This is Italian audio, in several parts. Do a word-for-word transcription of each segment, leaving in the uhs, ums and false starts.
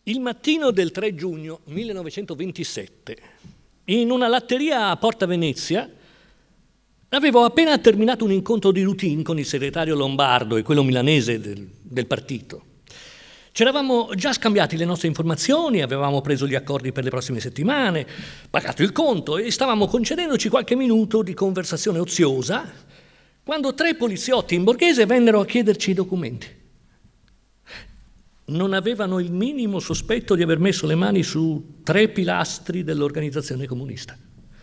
Il mattino del tre giugno millenovecentoventisette, in una latteria a Porta Venezia, avevo appena terminato un incontro di routine con il segretario lombardo e quello milanese del, del partito. Ci eravamo già scambiati le nostre informazioni, avevamo preso gli accordi per le prossime settimane, pagato il conto e stavamo concedendoci qualche minuto di conversazione oziosa quando tre poliziotti in borghese vennero a chiederci i documenti. Non avevano il minimo sospetto di aver messo le mani su tre pilastri dell'organizzazione comunista.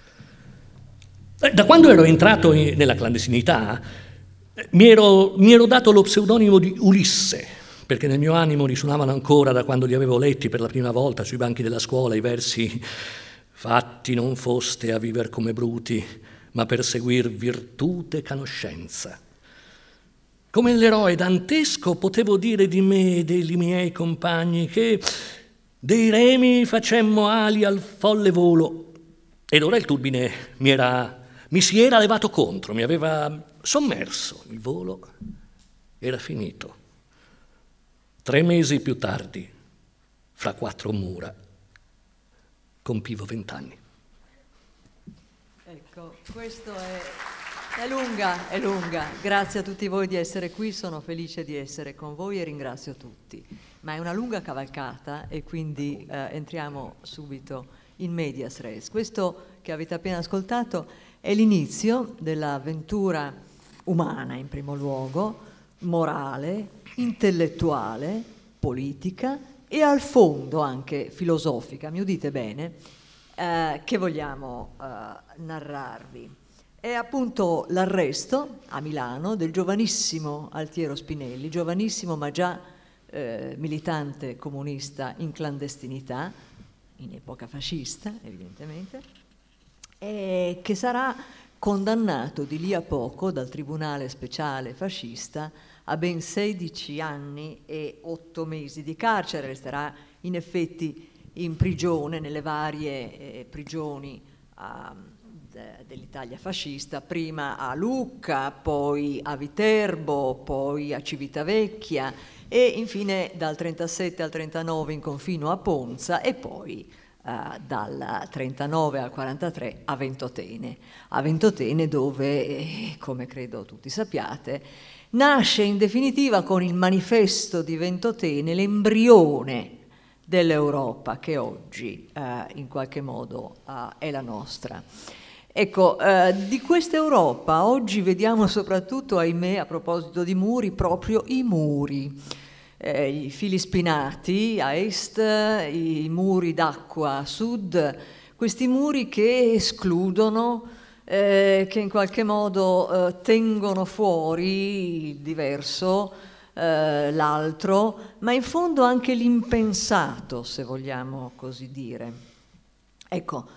Da quando ero entrato in, nella clandestinità, mi ero, mi ero dato lo pseudonimo di Ulisse, perché nel mio animo risuonavano ancora da quando li avevo letti per la prima volta sui banchi della scuola i versi «Fatti non foste a viver come bruti, ma per seguir virtute e conoscenza». Come l'eroe dantesco potevo dire di me e dei miei compagni che dei remi facemmo ali al folle volo, ed ora il turbine mi, era, mi si era levato contro, mi aveva sommerso, il volo era finito. Tre mesi più tardi, fra quattro mura, compivo vent'anni. Ecco, questo è... È lunga, è lunga. Grazie a tutti voi di essere qui, sono felice di essere con voi e ringrazio tutti. Ma è una lunga cavalcata e quindi eh, entriamo subito in medias res. Questo che avete appena ascoltato è l'inizio dell'avventura umana in primo luogo, morale, intellettuale, politica e al fondo anche filosofica, mi udite bene, eh, che vogliamo eh, narrarvi. È appunto l'arresto a Milano del giovanissimo Altiero Spinelli, giovanissimo ma già eh, militante comunista in clandestinità, in epoca fascista evidentemente, e che sarà condannato di lì a poco dal Tribunale Speciale Fascista a ben sedici anni e otto mesi di carcere. Resterà in effetti in prigione, nelle varie eh, prigioni a dell'Italia fascista, prima a Lucca, poi a Viterbo, poi a Civitavecchia e infine dal trentasette al trentanove in confino a Ponza e poi uh, dal trentanove al quarantatré a Ventotene. A Ventotene dove, eh, come credo tutti sappiate, nasce in definitiva con il manifesto di Ventotene l'embrione dell'Europa che oggi uh, in qualche modo uh, è la nostra. Ecco, eh, di questa Europa oggi vediamo soprattutto, ahimè, a proposito di muri, proprio i muri, eh, i fili spinati a est, i muri d'acqua a sud, questi muri che escludono, eh, che in qualche modo eh, tengono fuori il diverso, eh, l'altro, ma in fondo anche l'impensato, se vogliamo così dire. Ecco,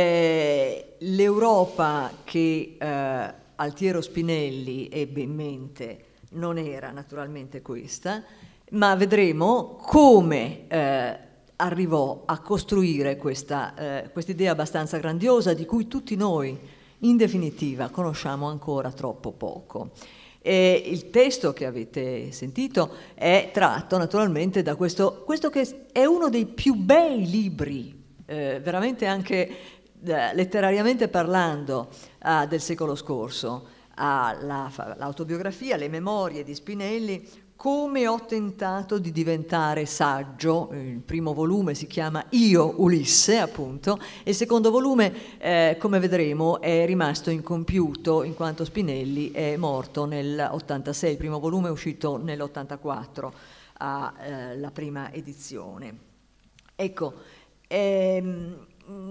Eh, l'Europa che eh, Altiero Spinelli ebbe in mente non era naturalmente questa, ma vedremo come eh, arrivò a costruire questa eh, quest'idea abbastanza grandiosa di cui tutti noi, in definitiva, conosciamo ancora troppo poco. E il testo che avete sentito è tratto naturalmente da questo, questo che è uno dei più bei libri, eh, veramente anche letterariamente parlando uh, del secolo scorso, uh, la, l'autobiografia, le memorie di Spinelli, Come ho tentato di diventare saggio. Il primo volume si chiama Io Ulisse, appunto, e il secondo volume, eh, come vedremo, è rimasto incompiuto in quanto Spinelli è morto nel ottantasei. Il primo volume è uscito nell'ottantaquattro, a, eh, la prima edizione. Ecco, ehm,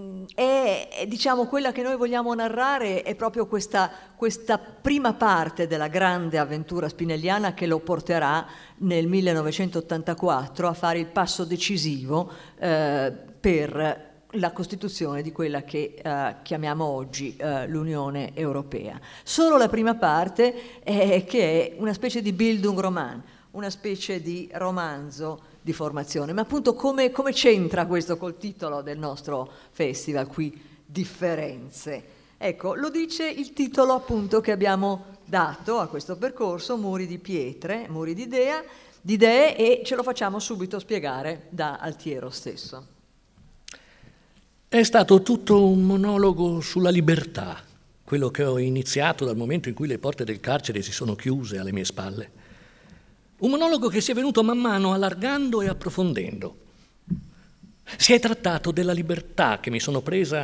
è, è, diciamo, quella che noi vogliamo narrare è proprio questa, questa prima parte della grande avventura spinelliana che lo porterà nel millenovecentottantaquattro a fare il passo decisivo eh, per la costituzione di quella che eh, chiamiamo oggi eh, l'Unione Europea. Solo la prima parte è che è una specie di Bildungsroman, una specie di romanzo di formazione. Ma appunto come, come c'entra questo col titolo del nostro festival qui, Differenze? Ecco, lo dice il titolo appunto che abbiamo dato a questo percorso, Muri di pietre, muri di idea, di idee e ce lo facciamo subito spiegare da Altiero stesso. È stato tutto un monologo sulla libertà, quello che ho iniziato dal momento in cui le porte del carcere si sono chiuse alle mie spalle. Un monologo che si è venuto man mano allargando e approfondendo. Si è trattato della libertà che mi sono presa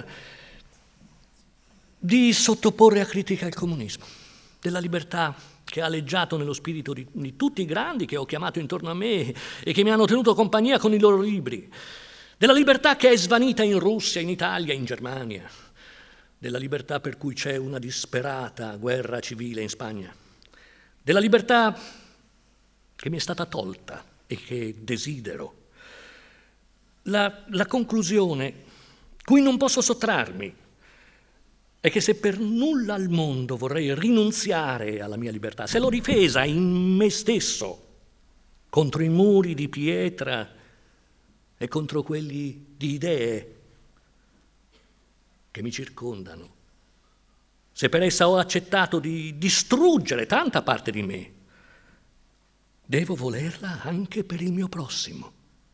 di sottoporre a critica il comunismo, della libertà che ha aleggiato nello spirito di, di tutti i grandi che ho chiamato intorno a me e che mi hanno tenuto compagnia con i loro libri, della libertà che è svanita in Russia, in Italia, in Germania, della libertà per cui c'è una disperata guerra civile in Spagna, della libertà che mi è stata tolta e che desidero. La, la conclusione, cui non posso sottrarmi, è che se per nulla al mondo vorrei rinunziare alla mia libertà, se l'ho difesa in me stesso, contro i muri di pietra e contro quelli di idee che mi circondano, se per essa ho accettato di distruggere tanta parte di me, devo volerla anche per il mio prossimo.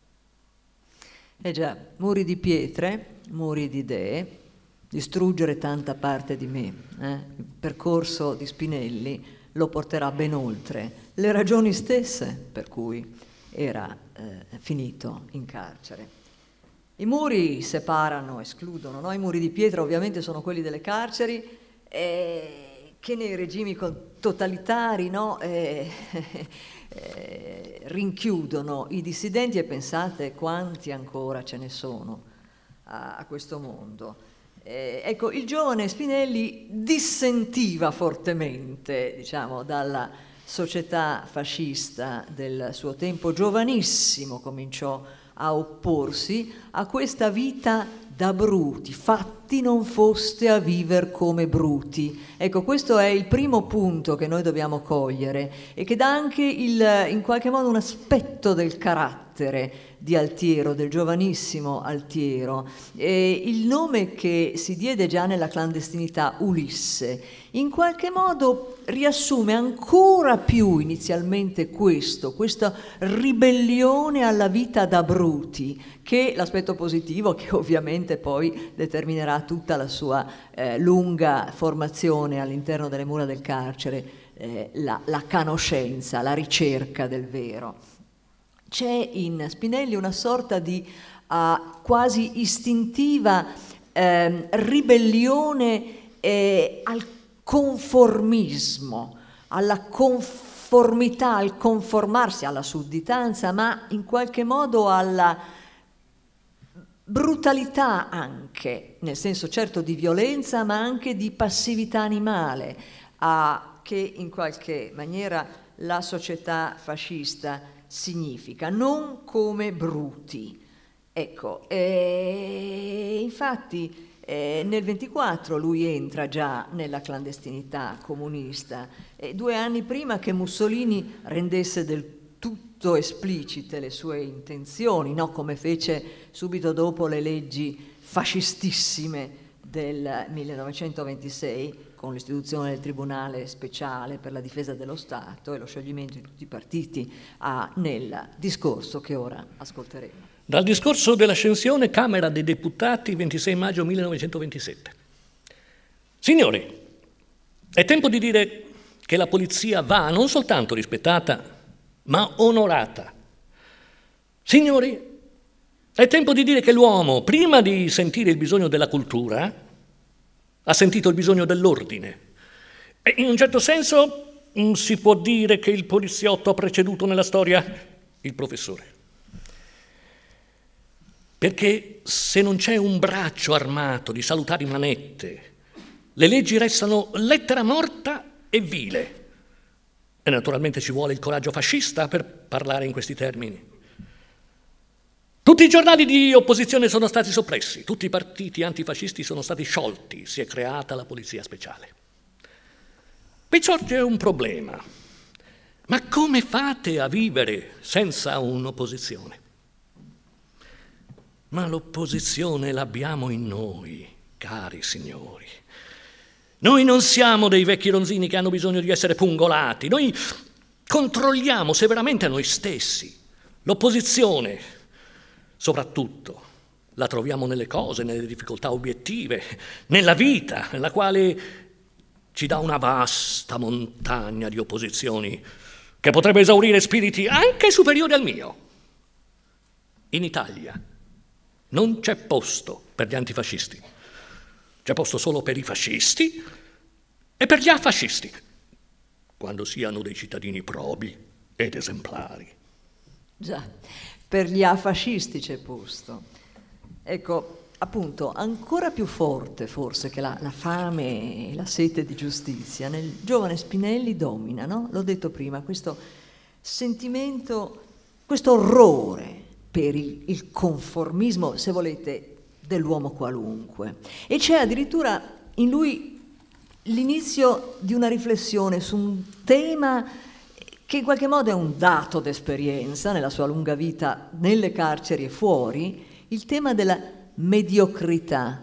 Eh già, muri di pietre, muri di idee, distruggere tanta parte di me. Eh? Il percorso di Spinelli lo porterà ben oltre le ragioni stesse per cui era eh, finito in carcere. I muri separano, escludono, no? I muri di pietra ovviamente sono quelli delle carceri, eh, che nei regimi totalitari, no? eh, eh, rinchiudono i dissidenti, e pensate quanti ancora ce ne sono a, a questo mondo. Eh, ecco, il giovane Spinelli dissentiva fortemente, diciamo, dalla società fascista del suo tempo. Giovanissimo cominciò a opporsi a questa vita da bruti, fatti non foste a viver come bruti. Ecco, questo è il primo punto che noi dobbiamo cogliere e che dà anche il, in qualche modo un aspetto del carattere di Altiero, del giovanissimo Altiero. E il nome che si diede già nella clandestinità, Ulisse, in qualche modo riassume ancora più inizialmente questo, questa ribellione alla vita da bruti, che l'aspetto positivo che ovviamente poi determinerà tutta la sua eh, lunga formazione all'interno delle mura del carcere, eh, la, la conoscenza, la ricerca del vero. C'è in Spinelli una sorta di uh, quasi istintiva eh, ribellione eh, al conformismo, alla conformità, al conformarsi, alla sudditanza, ma in qualche modo alla brutalità anche, nel senso certo di violenza, ma anche di passività animale, a, che in qualche maniera la società fascista significa, non come bruti. Ecco, e infatti eh, nel ventiquattro lui entra già nella clandestinità comunista, e due anni prima che Mussolini rendesse del tutto esplicite le sue intenzioni, no? Come fece subito dopo le leggi fascistissime del millenovecentoventisei, con l'istituzione del Tribunale Speciale per la Difesa dello Stato e lo scioglimento di tutti i partiti, a, nel discorso che ora ascolteremo. Dal discorso dell'ascensione, Camera dei Deputati, ventisei maggio millenovecentoventisette. Signori, è tempo di dire che la polizia va non soltanto rispettata, ma onorata. Signori, è tempo di dire che l'uomo, prima di sentire il bisogno della cultura, ha sentito il bisogno dell'ordine. E in un certo senso mh, si può dire che il poliziotto ha preceduto nella storia il professore. Perché se non c'è un braccio armato di salutari manette, le leggi restano lettera morta e vile. E naturalmente ci vuole il coraggio fascista per parlare in questi termini. Tutti i giornali di opposizione sono stati soppressi, tutti i partiti antifascisti sono stati sciolti, si è creata la polizia speciale. Qui sorge un problema. Ma come fate a vivere senza un'opposizione? Ma l'opposizione l'abbiamo in noi, cari signori. Noi non siamo dei vecchi ronzini che hanno bisogno di essere pungolati, noi controlliamo severamente noi stessi. L'opposizione, soprattutto, la troviamo nelle cose, nelle difficoltà obiettive, nella vita, nella quale ci dà una vasta montagna di opposizioni che potrebbe esaurire spiriti anche superiori al mio. In Italia non c'è posto per gli antifascisti, c'è posto solo per i fascisti e per gli affascisti, quando siano dei cittadini probi ed esemplari. Già, per gli affascisti c'è posto. Ecco, appunto, ancora più forte forse che la, la fame e la sete di giustizia, nel giovane Spinelli domina, no? L'ho detto prima, questo sentimento, questo orrore per il, il conformismo, se volete, dell'uomo qualunque. E c'è addirittura in lui l'inizio di una riflessione su un tema che in qualche modo è un dato d'esperienza nella sua lunga vita nelle carceri e fuori, il tema della mediocrità.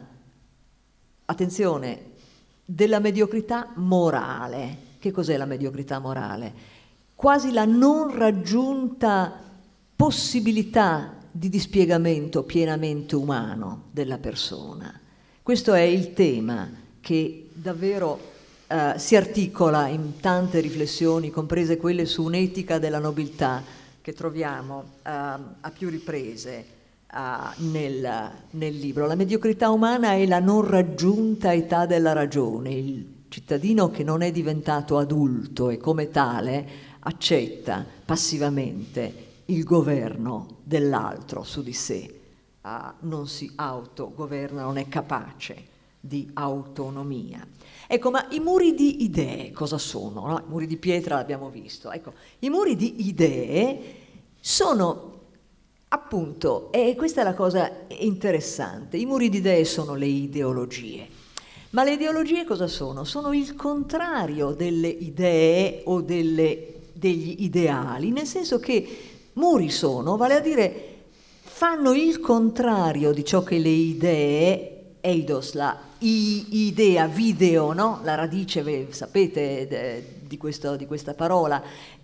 Attenzione, della mediocrità morale. Che cos'è la mediocrità morale? Quasi la non raggiunta possibilità di dispiegamento pienamente umano della persona. Questo è il tema che davvero Uh, si articola in tante riflessioni, comprese quelle su un'etica della nobiltà, che troviamo uh, a più riprese uh, nel, nel libro. La mediocrità umana è la non raggiunta età della ragione. Il cittadino che non è diventato adulto e come tale accetta passivamente il governo dell'altro su di sé, uh, non si autogoverna, non è capace di autonomia. Ecco, ma i muri di idee cosa sono? No? I muri di pietra l'abbiamo visto. Ecco, i muri di idee sono appunto, e questa è la cosa interessante, i muri di idee sono le ideologie. Ma le ideologie cosa sono? Sono il contrario delle idee o delle, degli ideali, nel senso che muri sono, vale a dire, fanno il contrario di ciò che le idee, eidos, la I, idea, video, no? La radice, ve, sapete, de, di, questo, di questa parola,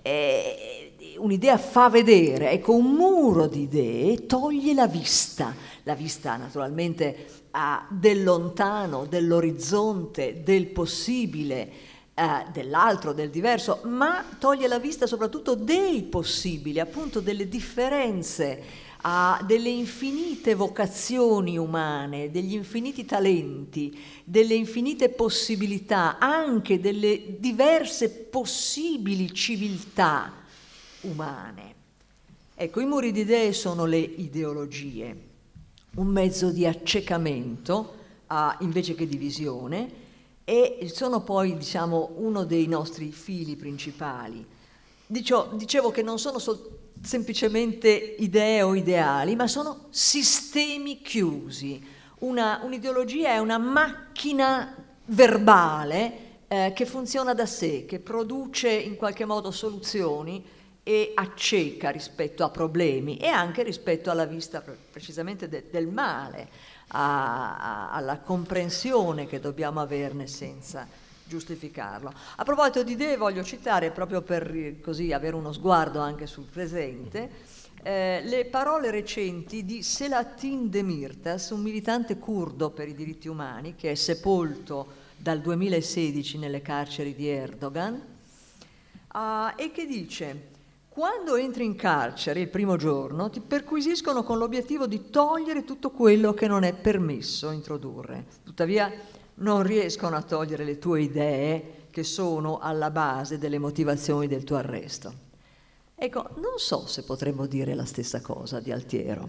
eh, un'idea fa vedere, ecco, un muro di idee toglie la vista, la vista naturalmente ah, del lontano, dell'orizzonte, del possibile, eh, dell'altro, del diverso, ma toglie la vista soprattutto dei possibili, appunto delle differenze, a delle infinite vocazioni umane, degli infiniti talenti, delle infinite possibilità, anche delle diverse possibili civiltà umane. Ecco, i muri di idee sono le ideologie, un mezzo di accecamento uh, invece che di visione, e sono poi, diciamo, uno dei nostri fili principali. Dicevo, dicevo che non sono soltanto semplicemente idee o ideali, ma sono sistemi chiusi. Una, un'ideologia è una macchina verbale eh, che funziona da sé, che produce in qualche modo soluzioni e acceca rispetto a problemi e anche rispetto alla vista precisamente de, del male, a, a, alla comprensione che dobbiamo averne senza giustificarlo. A proposito di idee, voglio citare, proprio per così avere uno sguardo anche sul presente, eh, le parole recenti di Selahattin Demirtas, un militante curdo per i diritti umani che è sepolto dal duemilasedici nelle carceri di Erdogan, uh, e che dice: quando entri in carcere il primo giorno ti perquisiscono con l'obiettivo di togliere tutto quello che non è permesso introdurre. Tuttavia non riescono a togliere le tue idee che sono alla base delle motivazioni del tuo arresto. Ecco, non so se potremmo dire la stessa cosa di Altiero.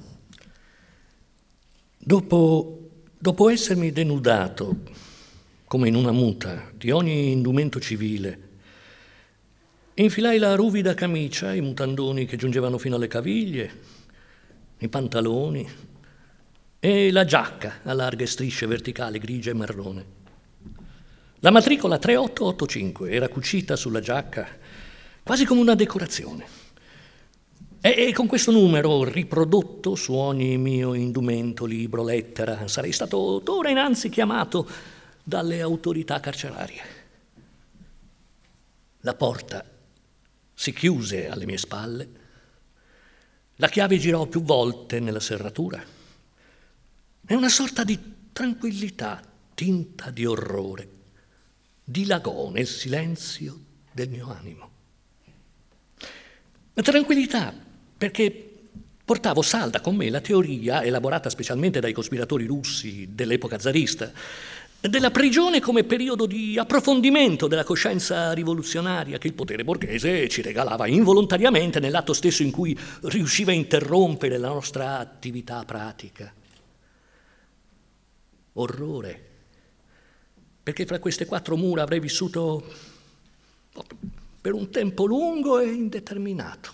Dopo, dopo essermi denudato, come in una muta, di ogni indumento civile, infilai la ruvida camicia, i mutandoni che giungevano fino alle caviglie, i pantaloni e la giacca a larghe strisce verticali grigia e marrone. La matricola tre otto otto cinque era cucita sulla giacca quasi come una decorazione, e, e con questo numero riprodotto su ogni mio indumento, libro, lettera, sarei stato d'ora innanzi chiamato dalle autorità carcerarie. La porta si chiuse alle mie spalle, la chiave girò più volte nella serratura e una sorta di tranquillità tinta di orrore dilagò nel silenzio del mio animo. Tranquillità perché portavo salda con me la teoria, elaborata specialmente dai cospiratori russi dell'epoca zarista, della prigione come periodo di approfondimento della coscienza rivoluzionaria che il potere borghese ci regalava involontariamente nell'atto stesso in cui riusciva a interrompere la nostra attività pratica. Orrore, perché fra queste quattro mura avrei vissuto per un tempo lungo e indeterminato.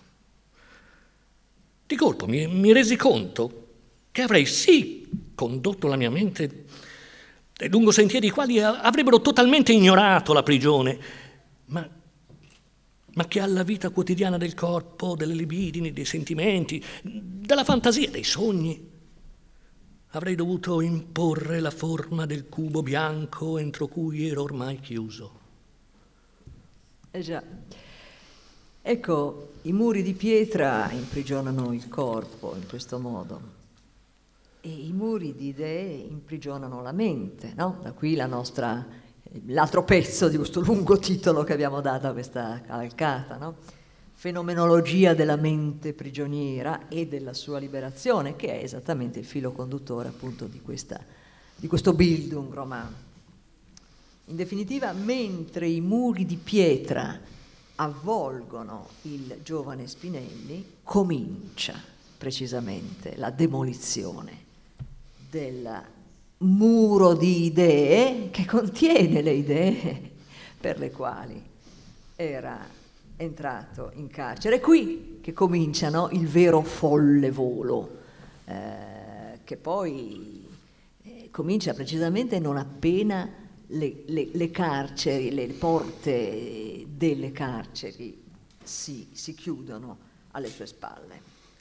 Di colpo mi, mi resi conto che avrei sì condotto la mia mente lungo sentieri i quali avrebbero totalmente ignorato la prigione, ma, ma che alla vita quotidiana del corpo, delle libidini, dei sentimenti, della fantasia, dei sogni, avrei dovuto imporre la forma del cubo bianco entro cui ero ormai chiuso. Eh già. Ecco, i muri di pietra imprigionano il corpo in questo modo. E i muri di idee imprigionano la mente, no? Da qui la nostra, l'altro pezzo di questo lungo titolo che abbiamo dato a questa cavalcata, no? Fenomenologia della mente prigioniera e della sua liberazione, che è esattamente il filo conduttore appunto di, questa, di questo Bildungsroman. In definitiva, mentre i muri di pietra avvolgono il giovane Spinelli, comincia precisamente la demolizione del muro di idee che contiene le idee per le quali era entrato in carcere. È qui che comincia, no, il vero folle volo, eh, che poi eh, comincia precisamente non appena le, le, le carceri, le porte delle carceri si, si chiudono alle sue spalle.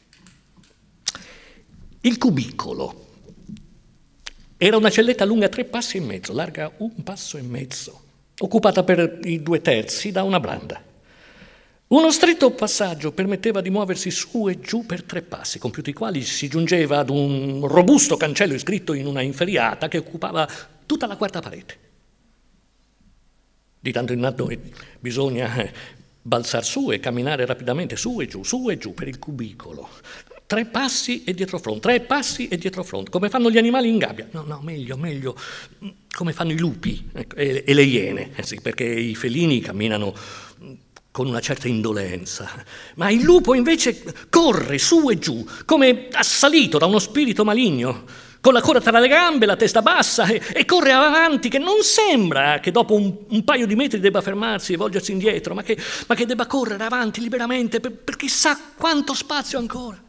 Il cubicolo era una celletta lunga tre passi e mezzo, larga un passo e mezzo, occupata per i due terzi da una branda. Uno stretto passaggio permetteva di muoversi su e giù per tre passi, compiuti i quali si giungeva ad un robusto cancello iscritto in una inferriata che occupava tutta la quarta parete. Di tanto in tanto bisogna balzar su e camminare rapidamente su e giù, su e giù per il cubicolo. Tre passi e dietro front, tre passi e dietro front, come fanno gli animali in gabbia. No, no, meglio, meglio, come fanno i lupi ecco, e, e le iene, eh sì, perché i felini camminano con una certa indolenza, ma il lupo invece corre su e giù, come assalito da uno spirito maligno, con la coda tra le gambe, la testa bassa, e, e corre avanti, che non sembra che dopo un, un paio di metri debba fermarsi e volgersi indietro, ma che, ma che debba correre avanti liberamente per, per chissà quanto spazio ancora.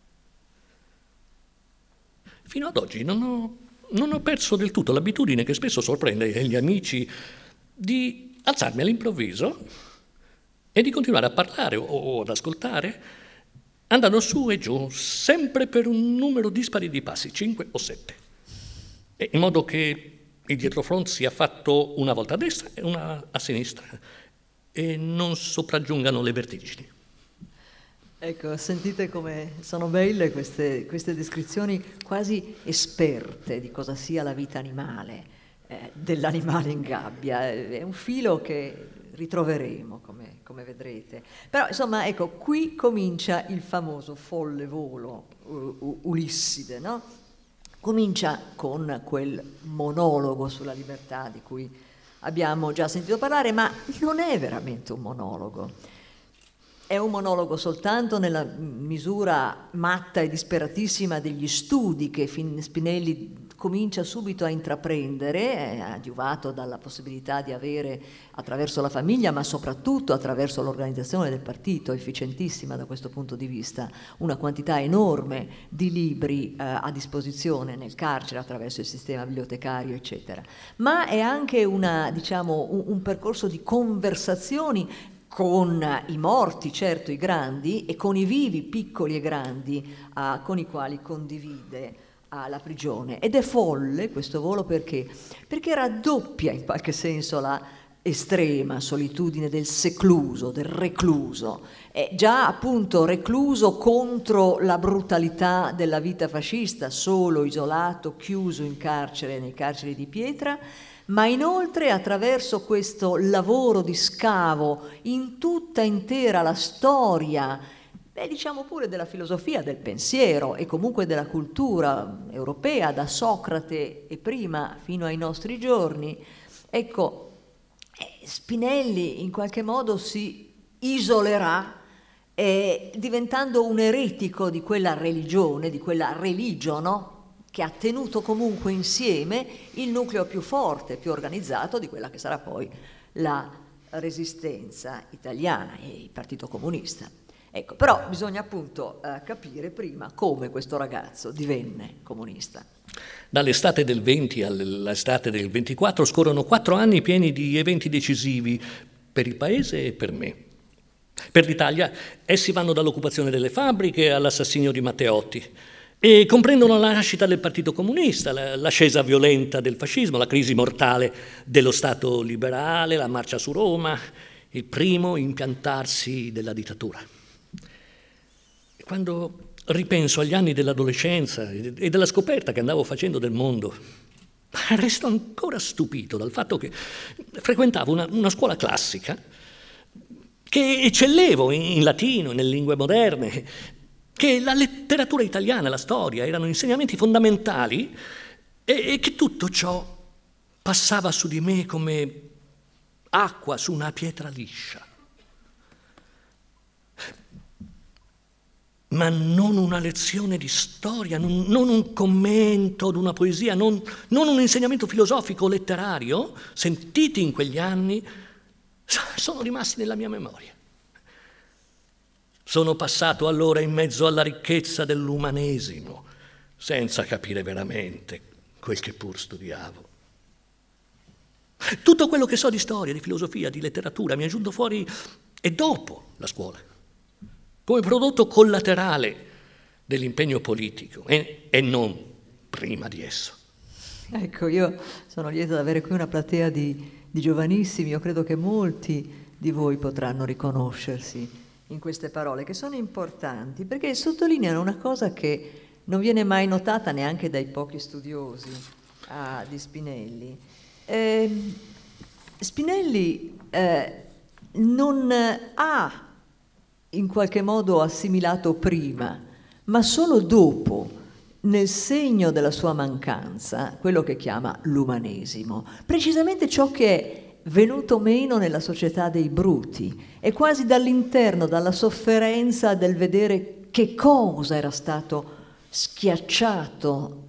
Fino ad oggi non ho, non ho perso del tutto l'abitudine che spesso sorprende gli amici di alzarmi all'improvviso e di continuare a parlare o, o ad ascoltare, andando su e giù, sempre per un numero dispari di passi, cinque o sette, e in modo che il dietrofront sia fatto una volta a destra e una a sinistra, e non sopraggiungano le vertigini. Ecco, sentite come sono belle queste, queste descrizioni quasi esperte di cosa sia la vita animale, eh, dell'animale in gabbia. È un filo che ritroveremo, come, come vedrete. Però, insomma, ecco, qui comincia il famoso folle volo uh, Ulisside, no? Comincia con quel monologo sulla libertà di cui abbiamo già sentito parlare, ma non è veramente un monologo. È un monologo soltanto nella misura matta e disperatissima degli studi che Spinelli comincia subito a intraprendere, adiuvato dalla possibilità di avere attraverso la famiglia, ma soprattutto attraverso l'organizzazione del partito, efficientissima da questo punto di vista, una quantità enorme di libri eh, a disposizione nel carcere attraverso il sistema bibliotecario, eccetera. Ma è anche una, diciamo, un, un percorso di conversazioni con i morti, certo, i grandi, e con i vivi, piccoli e grandi, uh, con i quali condivide uh, la prigione. Ed è folle questo volo perché? Perché raddoppia in qualche senso la, estrema solitudine del secluso, del recluso, è già appunto recluso contro la brutalità della vita fascista, solo, isolato, chiuso in carcere, nei carceri di pietra, ma inoltre attraverso questo lavoro di scavo in tutta intera la storia, beh, diciamo pure della filosofia, del pensiero e comunque della cultura europea, da Socrate e prima fino ai nostri giorni. Ecco, Spinelli in qualche modo si isolerà eh, diventando un eretico di quella religione, di quella religio, no? Che ha tenuto comunque insieme il nucleo più forte, più organizzato di quella che sarà poi la Resistenza italiana e il Partito Comunista. Ecco, però bisogna appunto eh, capire prima come questo ragazzo divenne comunista. Dall'estate del venti all'estate del ventiquattro scorrono quattro anni pieni di eventi decisivi per il paese e per me. Per l'Italia essi vanno dall'occupazione delle fabbriche all'assassinio di Matteotti e comprendono la nascita del Partito Comunista, l'ascesa violenta del fascismo, la crisi mortale dello Stato liberale, la marcia su Roma, il primo impiantarsi della dittatura. Quando ripenso agli anni dell'adolescenza e della scoperta che andavo facendo del mondo, resto ancora stupito dal fatto che frequentavo una, una scuola classica, che eccellevo in, in latino e nelle lingue moderne, che la letteratura italiana e la storia erano insegnamenti fondamentali e, e che tutto ciò passava su di me come acqua su una pietra liscia. Ma non una lezione di storia, non, non un commento ad una poesia, non, non un insegnamento filosofico o letterario, sentiti in quegli anni, sono rimasti nella mia memoria. Sono passato allora in mezzo alla ricchezza dell'umanesimo, senza capire veramente quel che pur studiavo. Tutto quello che so di storia, di filosofia, di letteratura mi è giunto fuori e dopo la scuola, come prodotto collaterale dell'impegno politico e, e non prima di esso. Ecco, io sono lieta di avere qui una platea di, di giovanissimi, io credo che molti di voi potranno riconoscersi in queste parole, che sono importanti, perché sottolineano una cosa che non viene mai notata neanche dai pochi studiosi ah, di Spinelli. Eh, Spinelli eh, non ha in qualche modo assimilato prima, ma solo dopo, nel segno della sua mancanza, quello che chiama l'umanesimo, precisamente ciò che è venuto meno nella società dei bruti, e quasi dall'interno, dalla sofferenza del vedere che cosa era stato schiacciato,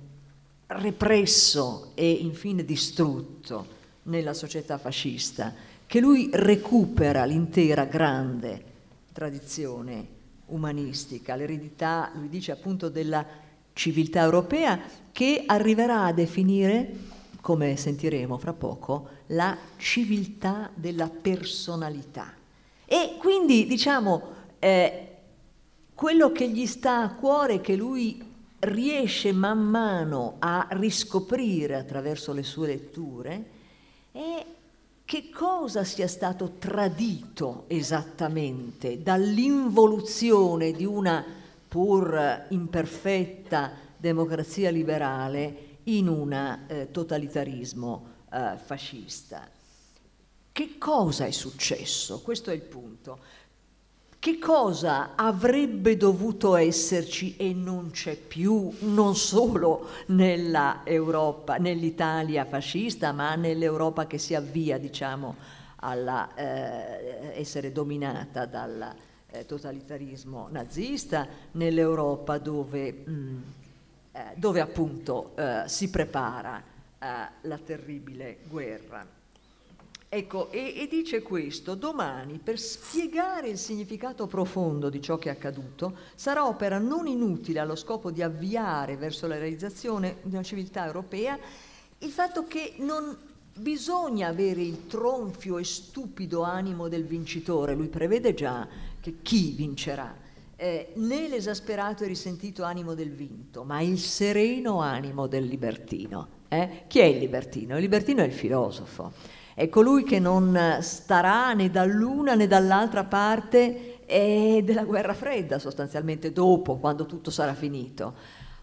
represso e infine distrutto nella società fascista, che lui recupera l'intera grande tradizione umanistica, l'eredità, lui dice appunto, della civiltà europea, che arriverà a definire, come sentiremo fra poco, la civiltà della personalità. E quindi, diciamo, eh, quello che gli sta a cuore, che lui riesce man mano a riscoprire attraverso le sue letture, è che cosa sia stato tradito esattamente dall'involuzione di una pur imperfetta democrazia liberale in un eh, totalitarismo eh, fascista. Che cosa è successo? Questo è il punto. Che cosa avrebbe dovuto esserci e non c'è più, non solo nella Europa, nell'Italia fascista, ma nell'Europa che si avvia, diciamo, alla eh, essere dominata dal eh, totalitarismo nazista, nell'Europa dove, mh, eh, dove appunto eh, si prepara eh, la terribile guerra. Ecco, e, e dice questo: domani, per spiegare il significato profondo di ciò che è accaduto, sarà opera non inutile allo scopo di avviare verso la realizzazione di una civiltà europea il fatto che non bisogna avere il tronfio e stupido animo del vincitore, lui prevede già che chi vincerà, eh, né l'esasperato e risentito animo del vinto, ma il sereno animo del libertino. Eh? Chi è il libertino? Il libertino è il filosofo. è colui che non starà né dall'una né dall'altra parte eh, della guerra fredda, sostanzialmente dopo, quando tutto sarà finito.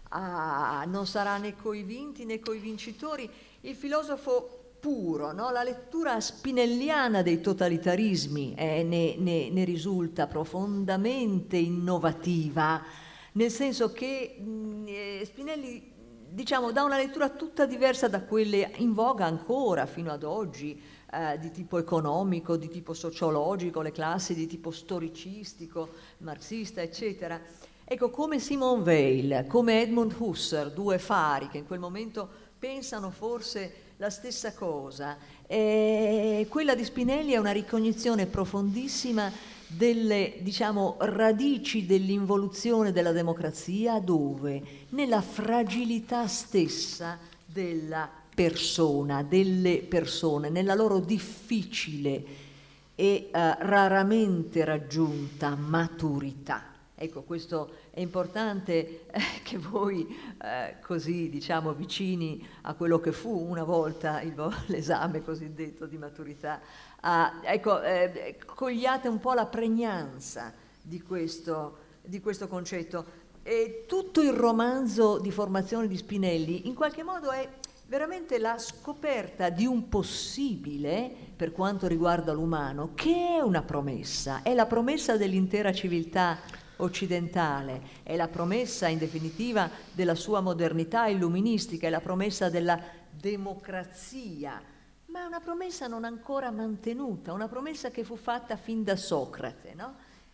Ah, non sarà né coi vinti né coi vincitori. Il filosofo puro, no? La lettura spinelliana dei totalitarismi eh, ne, ne, ne risulta profondamente innovativa, nel senso che mh, eh, Spinelli, diciamo, dà una lettura tutta diversa da quelle in voga ancora fino ad oggi, eh, di tipo economico, di tipo sociologico, le classi di tipo storicistico, marxista, eccetera. Ecco, come Simone Weil, come Edmund Husserl, due fari che in quel momento pensano forse la stessa cosa. E quella di Spinelli è una ricognizione profondissima delle, diciamo, radici dell'involuzione della democrazia, dove? Nella fragilità stessa della persona, delle persone, nella loro difficile e uh, raramente raggiunta maturità. Ecco, questo è importante eh, che voi, eh, così diciamo vicini a quello che fu una volta il, l'esame cosiddetto di maturità, ah, ecco, eh, cogliate un po' la pregnanza di questo, di questo concetto. E tutto il romanzo di formazione di Spinelli in qualche modo è veramente la scoperta di un possibile, per quanto riguarda l'umano, che è una promessa, è la promessa dell'intera civiltà occidentale, è la promessa in definitiva della sua modernità illuministica, è la promessa della democrazia, ma è una promessa non ancora mantenuta, una promessa che fu fatta fin da Socrate, no?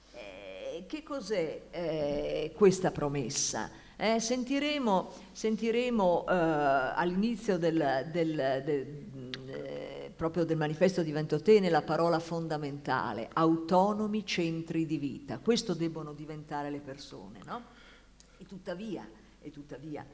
Eh, che cos'è eh, questa promessa? Eh, sentiremo sentiremo eh, all'inizio del, del, del eh, proprio del manifesto di Ventotene la parola fondamentale: autonomi centri di vita. Questo debbono diventare le persone, no? E tuttavia, e tuttavia,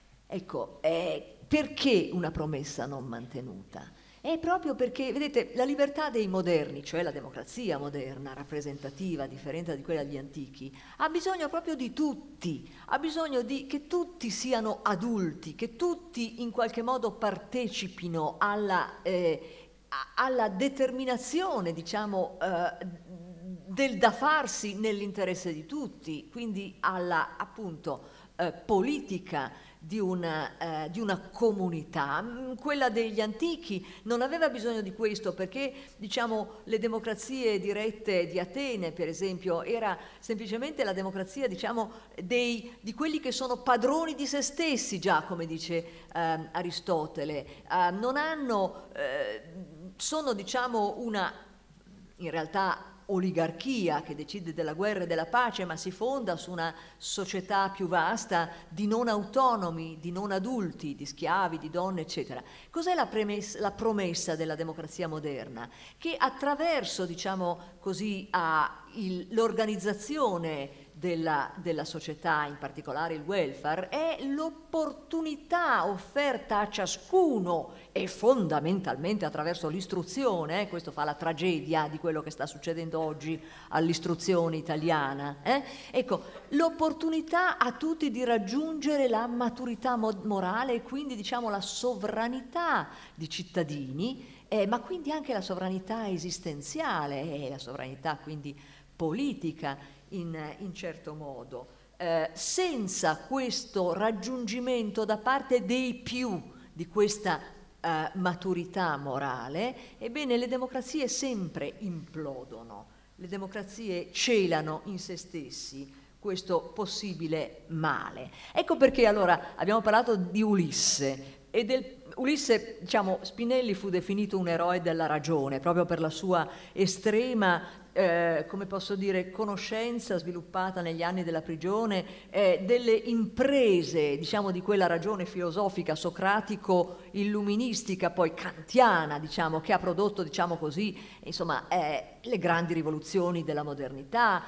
ecco, eh, perché una promessa non mantenuta? È proprio perché, vedete, la libertà dei moderni, cioè la democrazia moderna, rappresentativa, differente da quella degli antichi, ha bisogno proprio di tutti, ha bisogno di che tutti siano adulti, che tutti in qualche modo partecipino alla, eh, alla determinazione, diciamo, eh, del da farsi nell'interesse di tutti, quindi alla, appunto, eh, politica di una, eh, di una comunità. Quella degli antichi non aveva bisogno di questo, perché, diciamo, le democrazie dirette di Atene, per esempio, era semplicemente la democrazia, diciamo, dei, di quelli che sono padroni di se stessi, già, come dice eh, Aristotele. Eh, non hanno, eh, sono, diciamo, una, in realtà, oligarchia che decide della guerra e della pace, ma si fonda su una società più vasta di non autonomi, di non adulti, di schiavi, di donne, eccetera. Cos'è la, premessa, la promessa della democrazia moderna? Che attraverso, diciamo così, a il, l'organizzazione della, della società, in particolare il welfare, è l'opportunità offerta a ciascuno, e fondamentalmente attraverso l'istruzione, eh, questo fa la tragedia di quello che sta succedendo oggi all'istruzione italiana, eh? Ecco, l'opportunità a tutti di raggiungere la maturità mo- morale e quindi, diciamo, la sovranità di cittadini, eh, ma quindi anche la sovranità esistenziale, eh, la sovranità quindi politica in, in certo modo. Eh, senza questo raggiungimento da parte dei più di questa eh, maturità morale, ebbene le democrazie sempre implodono, le democrazie celano in se stessi questo possibile male. Ecco perché allora abbiamo parlato di Ulisse e del Ulisse, diciamo, Spinelli fu definito un eroe della ragione proprio per la sua estrema, eh, come posso dire, conoscenza sviluppata negli anni della prigione eh, delle imprese, diciamo, di quella ragione filosofica socratico-illuministica, poi kantiana, diciamo, che ha prodotto, diciamo così, insomma, eh, le grandi rivoluzioni della modernità,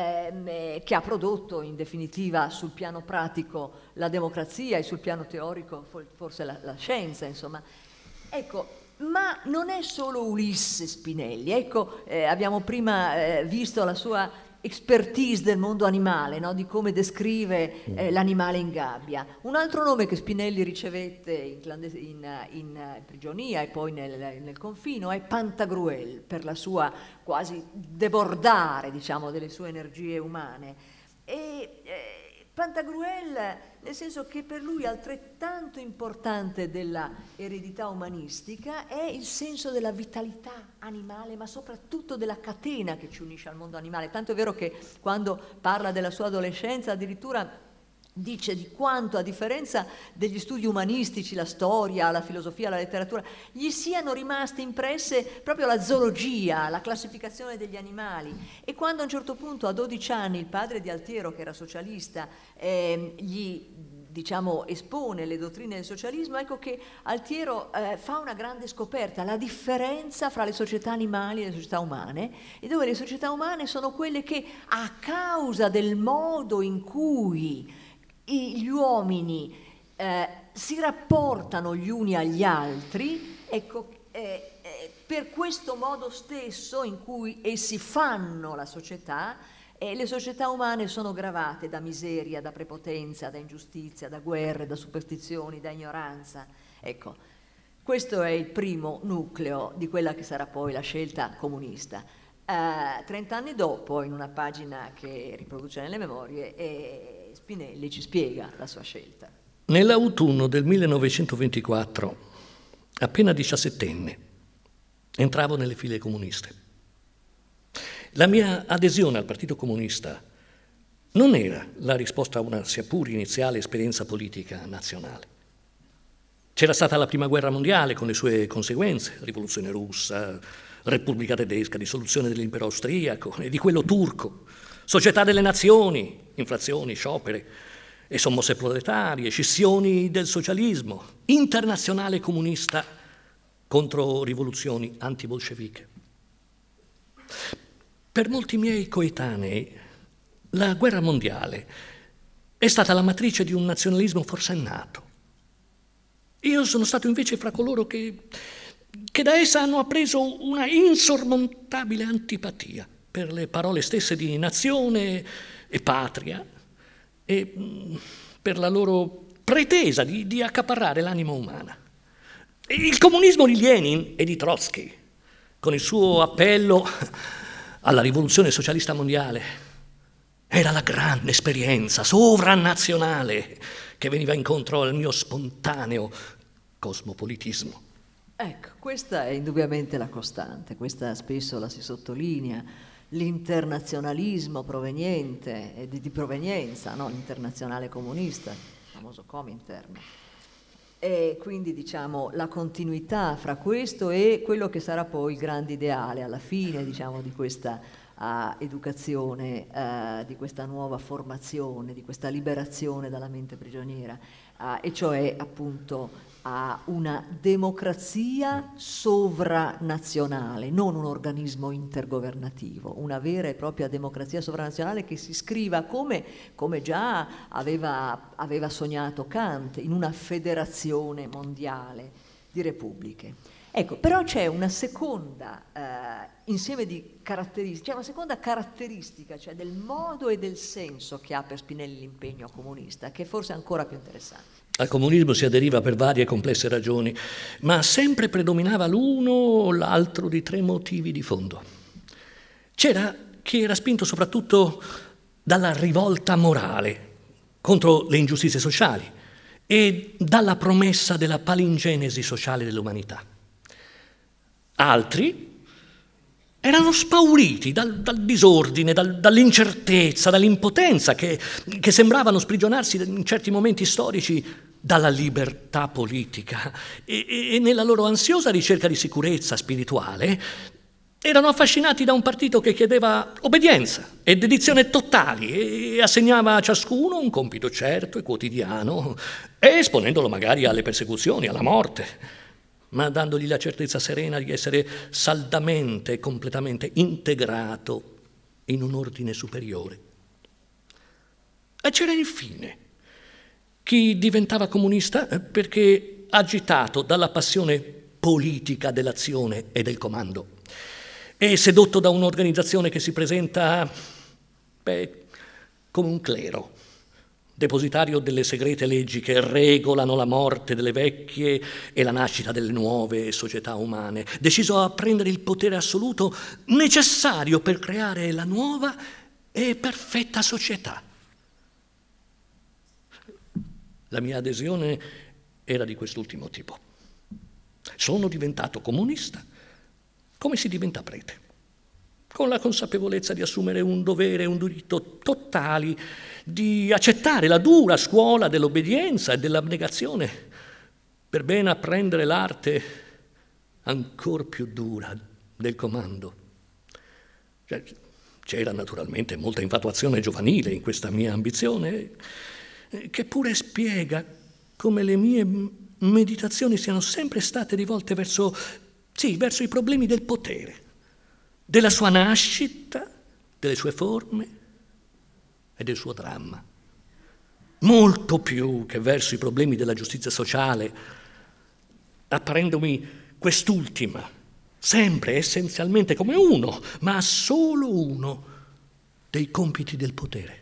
eh, che ha prodotto in definitiva sul piano pratico la democrazia e sul piano teorico forse la, la scienza, insomma. Ecco, ma non è solo Ulisse Spinelli, ecco, eh, abbiamo prima eh, visto la sua expertise del mondo animale, no? Di come descrive eh, l'animale in gabbia. Un altro nome che Spinelli ricevette in, clandes- in, in prigionia e poi nel, nel confino è Pantagruel, per la sua quasi debordare, diciamo, delle sue energie umane. E eh, Pantagruel, nel senso che per lui altrettanto importante della eredità umanistica è il senso della vitalità animale, ma soprattutto della catena che ci unisce al mondo animale. Tanto è vero che quando parla della sua adolescenza addirittura dice di quanto, a differenza degli studi umanistici, la storia, la filosofia, la letteratura, gli siano rimaste impresse proprio la zoologia, la classificazione degli animali. E quando a un certo punto, a dodici anni, il padre di Altiero, che era socialista, eh, gli diciamo espone le dottrine del socialismo, ecco che Altiero eh, fa una grande scoperta, la differenza fra le società animali e le società umane, e dove le società umane sono quelle che, a causa del modo in cui gli uomini eh, si rapportano gli uni agli altri, ecco, eh, eh, per questo modo stesso in cui essi fanno la società, eh, le società umane sono gravate da miseria, da prepotenza, da ingiustizia, da guerre, da superstizioni, da ignoranza. Ecco, questo è il primo nucleo di quella che sarà poi la scelta comunista. Uh, trent'anni dopo, in una pagina che riproduce nelle memorie, eh, Spinelli ci spiega la sua scelta. Nell'autunno del millenovecentoventiquattro, appena diciassettenne, entravo nelle file comuniste. La mia adesione al Partito Comunista non era la risposta a una sia pur iniziale esperienza politica nazionale. C'era stata la Prima Guerra Mondiale con le sue conseguenze, rivoluzione russa, Repubblica tedesca, dissoluzione dell'impero austriaco e di quello turco, società delle nazioni, inflazioni, scioperi e sommosse proletarie, scissioni del socialismo, internazionale comunista contro rivoluzioni antibolsceviche. Per molti miei coetanei la guerra mondiale è stata la matrice di un nazionalismo forsennato. Io sono stato invece fra coloro che, che da essa hanno appreso una insormontabile antipatia per le parole stesse di nazione e patria e per la loro pretesa di, di accaparrare l'anima umana. Il comunismo di Lenin e di Trotsky, con il suo appello alla rivoluzione socialista mondiale, era la grande esperienza sovranazionale che veniva incontro al mio spontaneo cosmopolitismo. Ecco, questa è indubbiamente la costante, questa spesso la si sottolinea, l'internazionalismo proveniente e di, di provenienza, no? L'internazionale comunista, il famoso Comintern. E quindi diciamo la continuità fra questo e quello che sarà poi il grande ideale alla fine, diciamo, di questa uh, educazione, uh, di questa nuova formazione, di questa liberazione dalla mente prigioniera, uh, e cioè appunto a una democrazia sovranazionale, non un organismo intergovernativo, una vera e propria democrazia sovranazionale che si iscriva come, come già aveva, aveva sognato Kant, in una federazione mondiale di repubbliche. Ecco, però c'è una seconda eh, insieme di caratteristiche, c'è una seconda caratteristica, cioè del modo e del senso che ha per Spinelli l'impegno comunista, che è forse ancora più interessante. Al comunismo si aderiva per varie e complesse ragioni, ma sempre predominava l'uno o l'altro di tre motivi di fondo. C'era chi era spinto soprattutto dalla rivolta morale contro le ingiustizie sociali e dalla promessa della palingenesi sociale dell'umanità. Altri erano spauriti dal, dal disordine, dal, dall'incertezza, dall'impotenza che, che sembravano sprigionarsi in certi momenti storici dalla libertà politica e, e, e nella loro ansiosa ricerca di sicurezza spirituale erano affascinati da un partito che chiedeva obbedienza e dedizione totali e assegnava a ciascuno un compito certo e quotidiano, esponendolo magari alle persecuzioni, alla morte, ma dandogli la certezza serena di essere saldamente e completamente integrato in un ordine superiore. E c'era infine chi diventava comunista perché agitato dalla passione politica dell'azione e del comando e sedotto da un'organizzazione che si presenta Beh, come un clero, depositario delle segrete leggi che regolano la morte delle vecchie e la nascita delle nuove società umane, deciso a prendere il potere assoluto necessario per creare la nuova e perfetta società. La mia adesione era di quest'ultimo tipo. Sono diventato comunista come si diventa prete, con la consapevolezza di assumere un dovere e un diritto totali, di accettare la dura scuola dell'obbedienza e dell'abnegazione, per ben apprendere l'arte ancor più dura del comando. Cioè, c'era naturalmente molta infatuazione giovanile in questa mia ambizione, che pure spiega come le mie meditazioni siano sempre state rivolte verso, sì, verso i problemi del potere, della sua nascita, delle sue forme e del suo dramma. Molto più che verso i problemi della giustizia sociale, apparendomi quest'ultima, sempre essenzialmente come uno, ma solo uno, dei compiti del potere.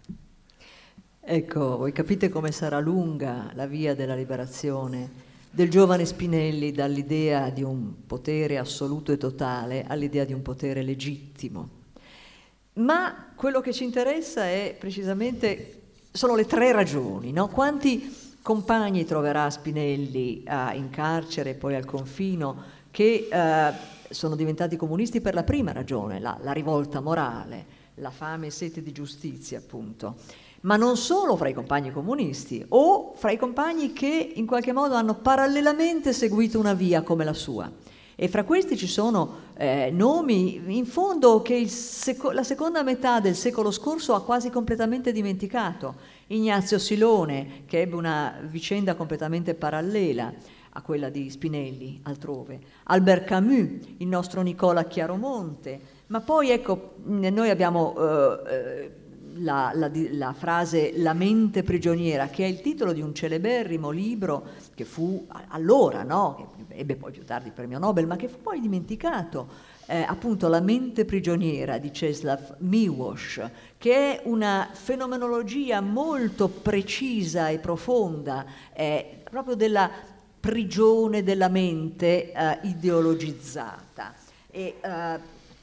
Ecco, voi capite come sarà lunga la via della liberazione del giovane Spinelli dall'idea di un potere assoluto e totale all'idea di un potere legittimo. Ma quello che ci interessa è precisamente, sono le tre ragioni, no? Quanti compagni troverà Spinelli uh, in carcere e poi al confino che uh, sono diventati comunisti per la prima ragione, la, la rivolta morale, la fame e sete di giustizia, appunto. Ma non solo fra i compagni comunisti, o fra i compagni che in qualche modo hanno parallelamente seguito una via come la sua. E fra questi ci sono eh, nomi, in fondo, che il seco- la seconda metà del secolo scorso ha quasi completamente dimenticato. Ignazio Silone, che ebbe una vicenda completamente parallela a quella di Spinelli altrove. Albert Camus, il nostro Nicola Chiaromonte. Ma poi, ecco, noi abbiamo... Eh, eh, La, la, la frase "la mente prigioniera", che è il titolo di un celeberrimo libro che fu allora, no? Che ebbe poi più tardi il premio Nobel, ma che fu poi dimenticato, eh, appunto La mente prigioniera di Czeslaw Miłosz, che è una fenomenologia molto precisa e profonda, eh, proprio della prigione della mente eh, ideologizzata e eh,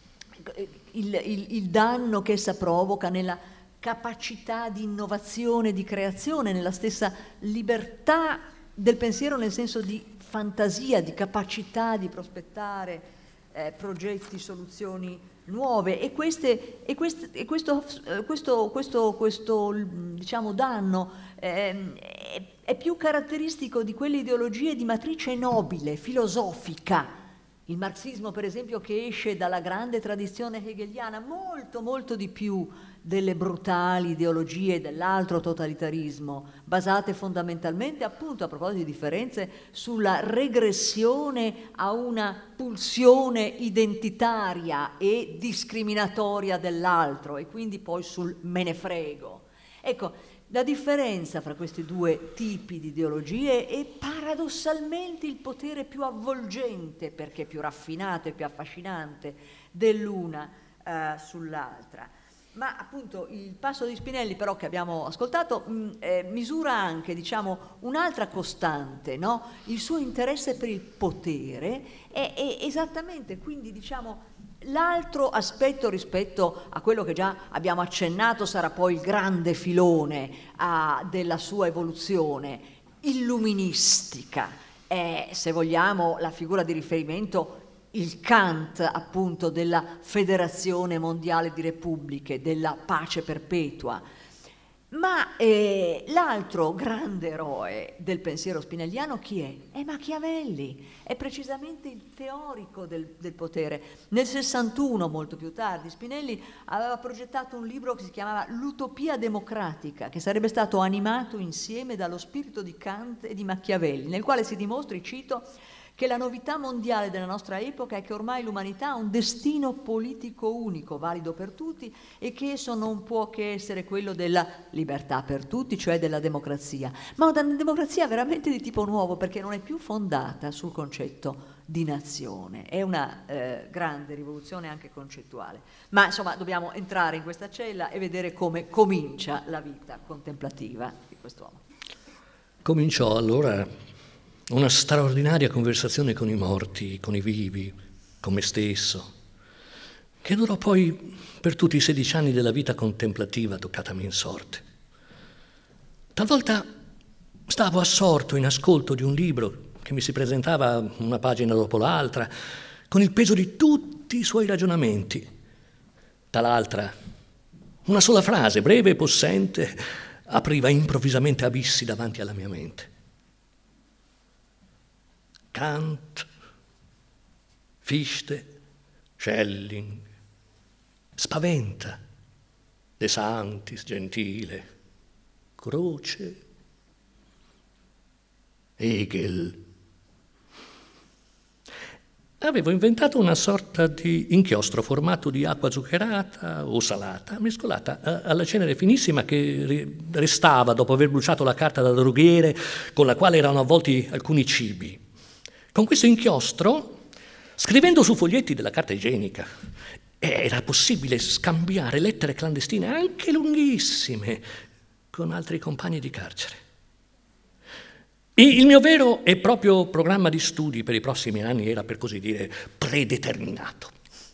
il, il, il danno che essa provoca nella capacità di innovazione, di creazione, nella stessa libertà del pensiero, nel senso di fantasia, di capacità di prospettare eh, progetti, soluzioni nuove. E, queste, e, queste, e questo, questo, questo, questo diciamo, danno eh, è, è più caratteristico di quelle ideologie di matrice nobile, filosofica. Il marxismo, per esempio, che esce dalla grande tradizione hegeliana, molto, molto di più delle brutali ideologie dell'altro totalitarismo, basate fondamentalmente, appunto, a proposito di differenze, sulla regressione a una pulsione identitaria e discriminatoria dell'altro, e quindi poi sul me ne frego. Ecco, la differenza fra questi due tipi di ideologie è paradossalmente il potere più avvolgente, perché più raffinato e più affascinante, dell'una eh, sull'altra. Ma appunto il passo di Spinelli, però, che abbiamo ascoltato, mh, eh, misura anche, diciamo, un'altra costante, no? Il suo interesse per il potere è, è esattamente, quindi, diciamo, l'altro aspetto rispetto a quello che già abbiamo accennato sarà poi il grande filone ah, della sua evoluzione illuministica. È, se vogliamo, la figura di riferimento, il Kant, appunto, della Federazione Mondiale di Repubbliche, della pace perpetua. Ma eh, l'altro grande eroe del pensiero spinelliano chi è? È Machiavelli, è precisamente il teorico del, del potere. Nel sessantuno, molto più tardi, Spinelli aveva progettato un libro che si chiamava L'Utopia democratica, che sarebbe stato animato insieme dallo spirito di Kant e di Machiavelli, nel quale si dimostri, cito, che la novità mondiale della nostra epoca è che ormai l'umanità ha un destino politico unico, valido per tutti, e che esso non può che essere quello della libertà per tutti, cioè della democrazia, ma una democrazia veramente di tipo nuovo, perché non è più fondata sul concetto di nazione. È una eh, grande rivoluzione anche concettuale. Ma insomma dobbiamo entrare in questa cella e vedere come comincia la vita contemplativa di quest'uomo. Cominciò allora una straordinaria conversazione con i morti, con i vivi, con me stesso, che durò poi per tutti i sedici anni della vita contemplativa toccatami in sorte. Talvolta stavo assorto in ascolto di un libro che mi si presentava una pagina dopo l'altra, con il peso di tutti i suoi ragionamenti. Tal'altra, una sola frase, breve e possente, apriva improvvisamente abissi davanti alla mia mente. Kant, Fichte, Schelling, spaventa, De Santis, Gentile, Croce, Hegel. Avevo inventato una sorta di inchiostro formato di acqua zuccherata o salata, mescolata alla cenere finissima che restava dopo aver bruciato la carta da droghiere con la quale erano avvolti alcuni cibi. Con questo inchiostro, scrivendo su foglietti della carta igienica, era possibile scambiare lettere clandestine, anche lunghissime, con altri compagni di carcere. Il mio vero e proprio programma di studi per i prossimi anni era, per così dire, predeterminato.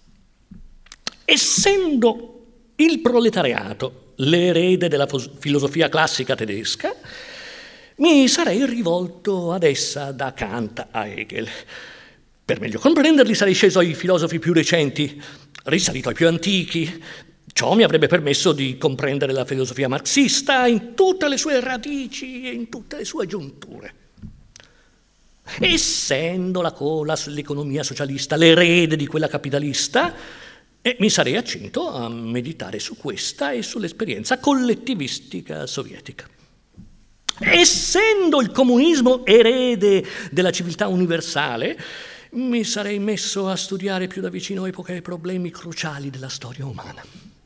Essendo il proletariato l'erede della filosofia classica tedesca, mi sarei rivolto ad essa da Kant a Hegel. Per meglio comprenderli sarei sceso ai filosofi più recenti, risalito ai più antichi. Ciò mi avrebbe permesso di comprendere la filosofia marxista in tutte le sue radici e in tutte le sue giunture. Essendo la cola sull'economia socialista l'erede di quella capitalista, eh, mi sarei accinto a meditare su questa e sull'esperienza collettivistica sovietica. Essendo il comunismo erede della civiltà universale, mi sarei messo a studiare più da vicino epoche e problemi cruciali della storia umana.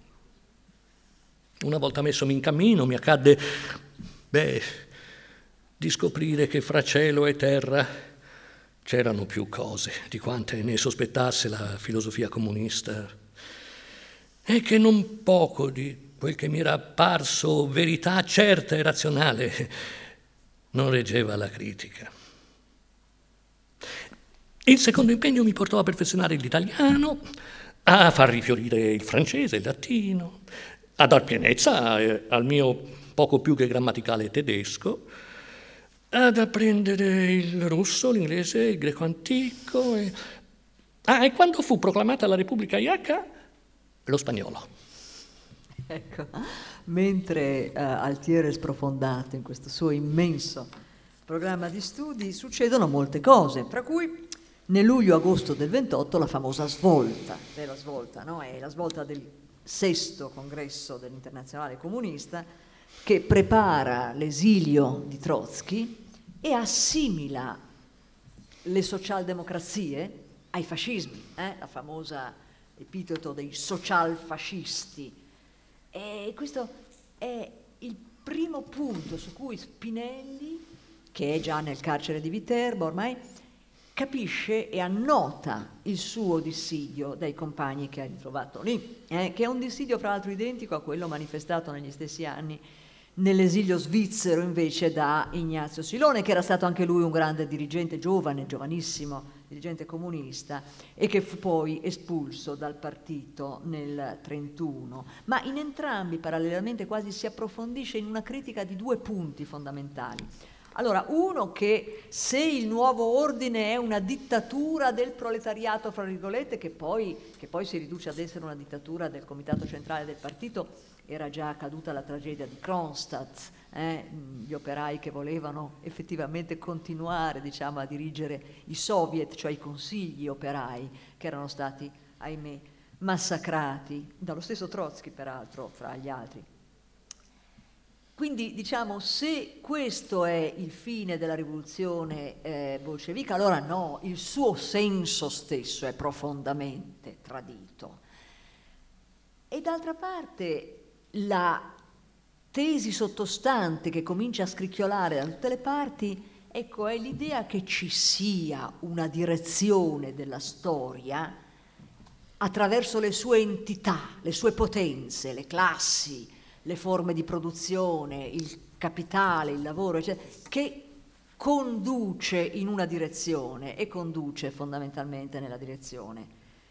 Una volta messomi in cammino mi accadde, beh, di scoprire che fra cielo e terra c'erano più cose di quante ne sospettasse la filosofia comunista e che non poco di quel che mi era apparso verità certa e razionale non reggeva la critica. Il secondo impegno mi portò a perfezionare l'italiano, a far rifiorire il francese, il latino, a dar pienezza al mio poco più che grammaticale tedesco, ad apprendere il russo, l'inglese, il greco antico e... Ah, e quando fu proclamata la Repubblica Iacca, lo spagnolo. Ecco, mentre uh, Altiero è sprofondato in questo suo immenso programma di studi, succedono molte cose, fra cui nel luglio-agosto del ventotto la famosa svolta, vera svolta, no? È la svolta del sesto congresso dell'Internazionale Comunista, che prepara l'esilio di Trotsky e assimila le socialdemocrazie ai fascismi, eh? La famosa epiteto dei socialfascisti. E questo è il primo punto su cui Spinelli, che è già nel carcere di Viterbo ormai, capisce e annota il suo dissidio dai compagni che ha ritrovato lì, eh, che è un dissidio fra l'altro identico a quello manifestato negli stessi anni nell'esilio svizzero invece da Ignazio Silone, che era stato anche lui un grande dirigente, giovane, giovanissimo dirigente comunista, e che fu poi espulso dal partito nel trentuno. Ma in entrambi parallelamente quasi si approfondisce in una critica di due punti fondamentali. Allora, uno, che se il nuovo ordine è una dittatura del proletariato, fra virgolette, che poi, che poi si riduce ad essere una dittatura del comitato centrale del partito, era già accaduta la tragedia di Kronstadt, eh, gli operai che volevano effettivamente continuare, diciamo, a dirigere i soviet, cioè i consigli operai, che erano stati, ahimè, massacrati dallo stesso Trotsky, peraltro, fra gli altri. Quindi, diciamo, se questo è il fine della rivoluzione eh, bolscevica, allora no, il suo senso stesso è profondamente tradito. E d'altra parte la tesi sottostante che comincia a scricchiolare da tutte le parti, ecco, è l'idea che ci sia una direzione della storia attraverso le sue entità, le sue potenze, le classi, le forme di produzione, il capitale, il lavoro, eccetera, che conduce in una direzione e conduce fondamentalmente nella direzione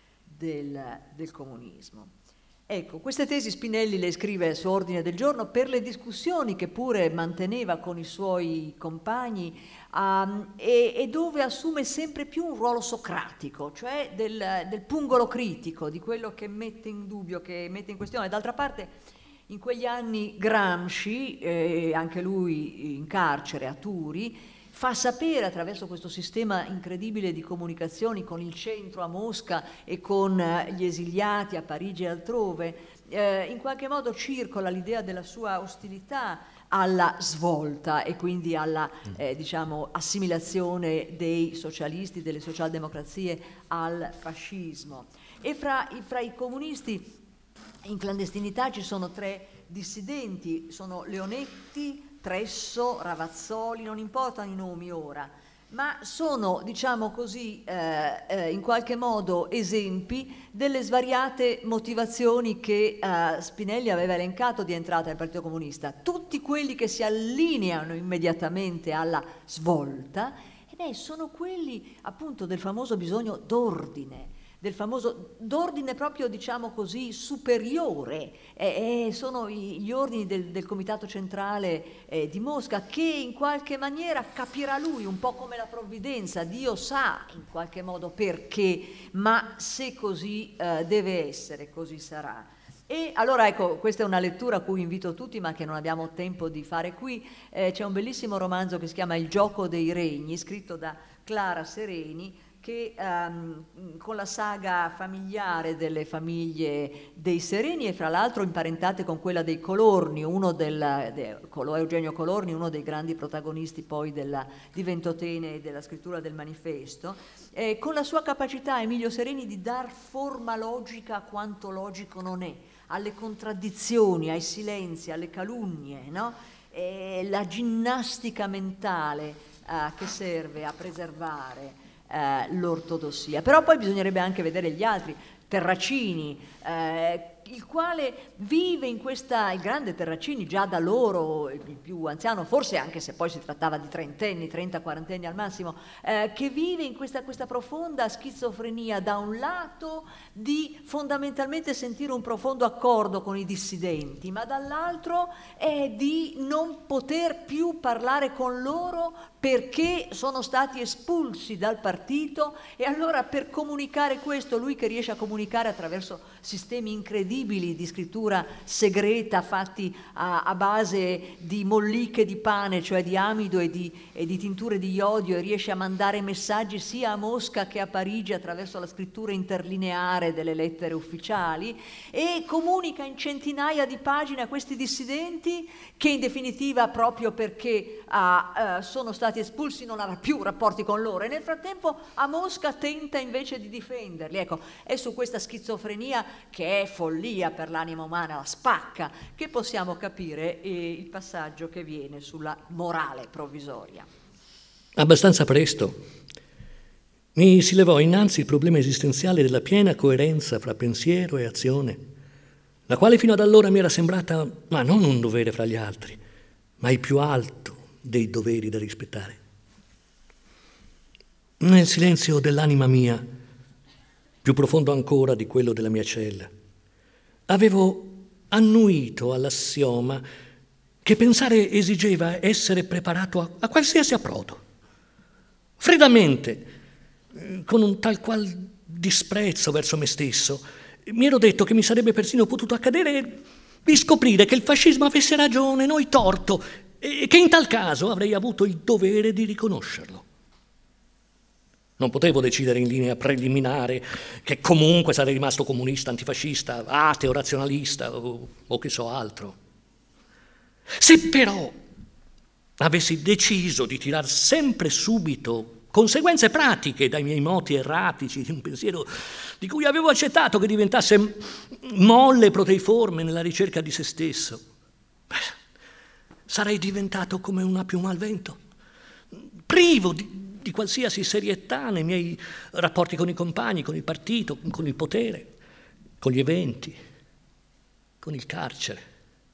del, del comunismo. Ecco, queste tesi Spinelli le scrive su Ordine del Giorno per le discussioni che pure manteneva con i suoi compagni um, e, e dove assume sempre più un ruolo socratico, cioè del, del pungolo critico, di quello che mette in dubbio, che mette in questione. D'altra parte, in quegli anni Gramsci, eh, anche lui in carcere a Turi, fa sapere attraverso questo sistema incredibile di comunicazioni con il centro a Mosca e con eh, gli esiliati a Parigi e altrove, eh, in qualche modo circola l'idea della sua ostilità alla svolta e quindi alla eh, diciamo, assimilazione dei socialisti, delle socialdemocrazie al fascismo. E fra, fra i comunisti in clandestinità ci sono tre dissidenti, sono Leonetti, Tresso, Ravazzoli, non importano i nomi ora, ma sono, diciamo così, eh, eh, in qualche modo esempi delle svariate motivazioni che eh, Spinelli aveva elencato di entrata nel Partito Comunista. Tutti quelli che si allineano immediatamente alla svolta, e beh, sono quelli appunto del famoso bisogno d'ordine, del famoso d'ordine proprio, diciamo così, superiore, eh, eh, sono i, gli ordini del, del Comitato Centrale eh, di Mosca, che in qualche maniera capirà lui, un po' come la provvidenza, Dio sa in qualche modo perché, ma se così eh, deve essere, così sarà. E allora ecco, questa è una lettura a cui invito tutti, ma che non abbiamo tempo di fare qui. Eh, c'è un bellissimo romanzo che si chiama Il gioco dei regni, scritto da Clara Sereni, che um, con la saga familiare delle famiglie dei Sereni e fra l'altro imparentate con quella dei Colorni, uno del, de, Eugenio Colorni, uno dei grandi protagonisti poi della, di Ventotene e della scrittura del Manifesto, eh, con la sua capacità Emilio Sereni di dar forma logica quanto logico non è, alle contraddizioni, ai silenzi, alle calunnie, no? E la ginnastica mentale eh, che serve a preservare Eh, l'ortodossia. Però poi bisognerebbe anche vedere gli altri, Terracini, eh, il quale vive in questa, il grande Terracini, già da loro il più anziano, forse anche se poi si trattava di trentenni, trenta quarantenni al massimo, eh, che vive in questa, questa profonda schizofrenia, da un lato di fondamentalmente sentire un profondo accordo con i dissidenti, ma dall'altro è di non poter più parlare con loro perché sono stati espulsi dal partito, e allora per comunicare questo, lui che riesce a comunicare attraverso sistemi incredibili di scrittura segreta fatti a, a base di molliche di pane, cioè di amido e di, e di tinture di iodio, e riesce a mandare messaggi sia a Mosca che a Parigi attraverso la scrittura interlineare delle lettere ufficiali, e comunica in centinaia di pagine a questi dissidenti che in definitiva, proprio perché ah, eh, sono stati espulsi, non avrà più rapporti con loro, e nel frattempo a Mosca tenta invece di difenderli. Ecco, è su questa schizofrenia, che è follia per l'anima umana, la spacca, che possiamo capire eh, il passaggio che viene sulla morale provvisoria. Abbastanza presto mi si levò innanzi il problema esistenziale della piena coerenza fra pensiero e azione, la quale fino ad allora mi era sembrata, ma non un dovere fra gli altri, ma il più alto dei doveri da rispettare. Nel silenzio dell'anima mia, più profondo ancora di quello della mia cella, avevo annuito all'assioma che pensare esigeva essere preparato a, a qualsiasi approdo. Freddamente, con un tal qual disprezzo verso me stesso, mi ero detto che mi sarebbe persino potuto accadere di scoprire che il fascismo avesse ragione, noi torto, e che in tal caso avrei avuto il dovere di riconoscerlo. Non potevo decidere in linea preliminare che comunque sarei rimasto comunista, antifascista, ateo, razionalista o, o che so altro. Se però avessi deciso di tirar sempre subito conseguenze pratiche dai miei moti erratici di un pensiero di cui avevo accettato che diventasse molle proteiforme nella ricerca di se stesso, beh, sarei diventato come una piuma al vento, privo di, di qualsiasi serietà nei miei rapporti con i compagni, con il partito, con il potere, con gli eventi, con il carcere.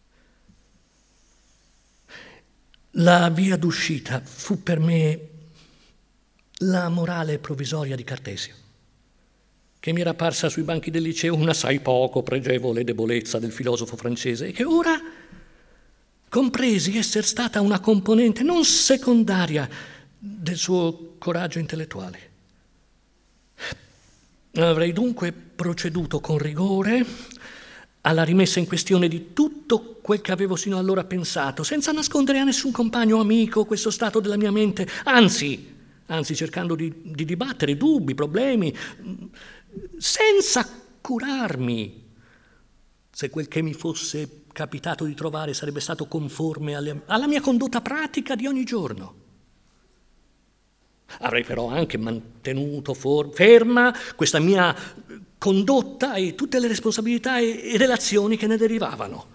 La via d'uscita fu per me la morale provvisoria di Cartesio, che mi era apparsa sui banchi del liceo una assai poco pregevole debolezza del filosofo francese e che ora compresi essere stata una componente non secondaria del suo coraggio intellettuale. Avrei dunque proceduto con rigore alla rimessa in questione di tutto quel che avevo sino allora pensato, senza nascondere a nessun compagno o amico questo stato della mia mente, anzi, anzi cercando di, di dibattere dubbi, problemi, senza curarmi se quel che mi fosse capitato di trovare sarebbe stato conforme alle, alla mia condotta pratica di ogni giorno. Avrei però anche mantenuto for- ferma questa mia condotta e tutte le responsabilità e, e relazioni che ne derivavano.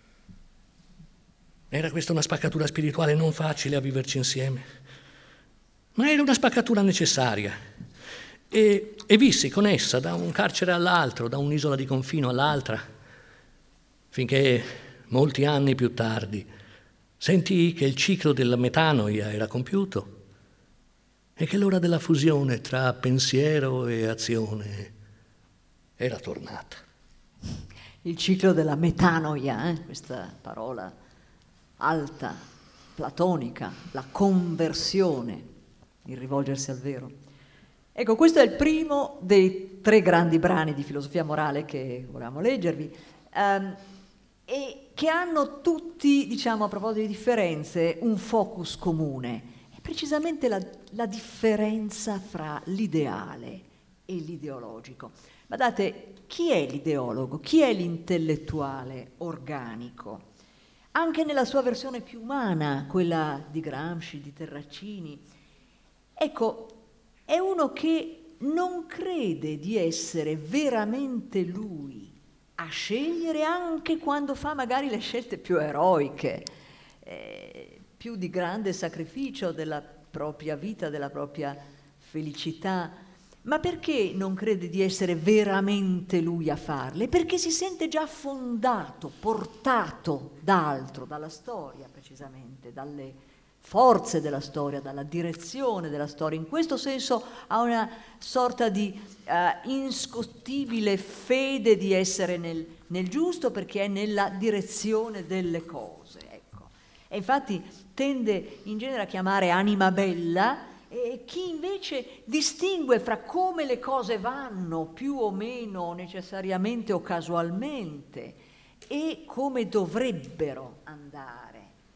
Era questa una spaccatura spirituale non facile a viverci insieme, ma era una spaccatura necessaria. E, e vissi con essa da un carcere all'altro, da un'isola di confino all'altra, finché molti anni più tardi sentii che il ciclo della metanoia era compiuto e che l'ora della fusione tra pensiero e azione era tornata. Il ciclo della metanoia, eh? Questa parola alta, platonica, la conversione, il rivolgersi al vero. Ecco, questo è il primo dei tre grandi brani di filosofia morale che volevamo leggervi, ehm, e che hanno tutti, diciamo, a proposito di differenze, un focus comune. Precisamente la, la differenza fra l'ideale e l'ideologico. Guardate, chi è l'ideologo? Chi è l'intellettuale organico? Anche nella sua versione più umana, quella di Gramsci, di Terracini. Ecco, è uno che non crede di essere veramente lui a scegliere anche quando fa magari le scelte più eroiche, eh, più di grande sacrificio della propria vita, della propria felicità. Ma perché non crede di essere veramente lui a farle? Perché si sente già affondato, portato da altro, dalla storia precisamente, dalle forze della storia, dalla direzione della storia. In questo senso ha una sorta di uh, inscottibile fede di essere nel, nel giusto, perché è nella direzione delle cose. Ecco. E infatti tende in genere a chiamare anima bella e chi invece distingue fra come le cose vanno più o meno necessariamente o casualmente e come dovrebbero andare.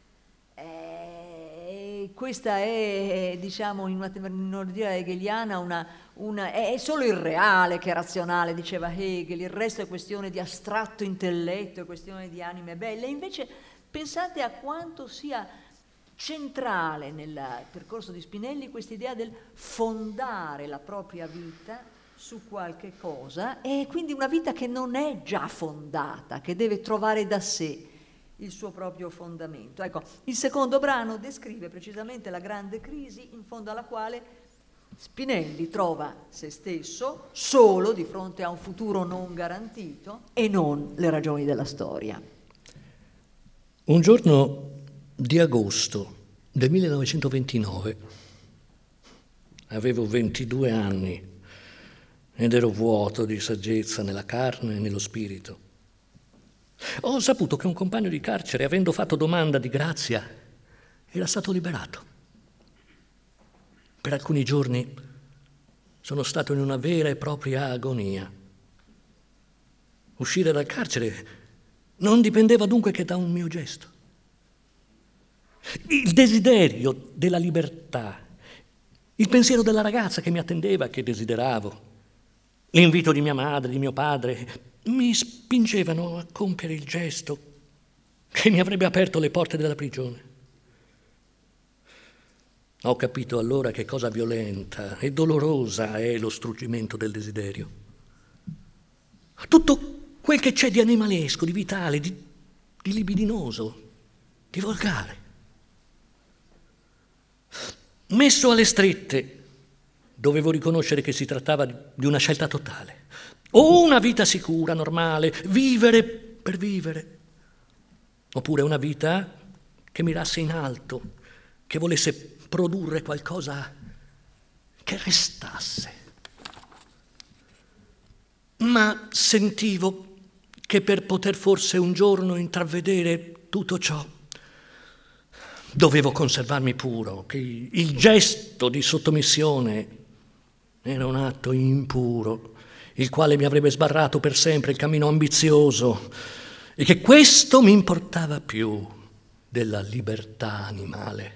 E questa è, diciamo, in una terminologia hegeliana, una, una, è solo il reale che è razionale, diceva Hegel, il resto è questione di astratto intelletto, è questione di anime belle. E invece pensate a quanto sia centrale nel percorso di Spinelli questa idea del fondare la propria vita su qualche cosa, e quindi una vita che non è già fondata, che deve trovare da sé il suo proprio fondamento. Ecco, il secondo brano descrive precisamente la grande crisi in fondo alla quale Spinelli trova se stesso solo di fronte a un futuro non garantito e non le ragioni della storia. Un giorno di agosto del millenovecentoventinove, avevo ventidue anni ed ero vuoto di saggezza nella carne e nello spirito. Ho saputo che un compagno di carcere, avendo fatto domanda di grazia, era stato liberato. Per alcuni giorni sono stato in una vera e propria agonia. Uscire dal carcere non dipendeva dunque che da un mio gesto. Il desiderio della libertà, il pensiero della ragazza che mi attendeva, che desideravo, l'invito di mia madre, di mio padre, mi spingevano a compiere il gesto che mi avrebbe aperto le porte della prigione. Ho capito allora che cosa violenta e dolorosa è lo struggimento del desiderio. Tutto quel che c'è di animalesco, di vitale, di, di libidinoso, di volgare. Messo alle strette, dovevo riconoscere che si trattava di una scelta totale. O una vita sicura, normale, vivere per vivere, oppure una vita che mirasse in alto, che volesse produrre qualcosa che restasse. Ma sentivo che per poter forse un giorno intravedere tutto ciò, dovevo conservarmi puro, che il gesto di sottomissione era un atto impuro, il quale mi avrebbe sbarrato per sempre il cammino ambizioso, e che questo mi importava più della libertà animale.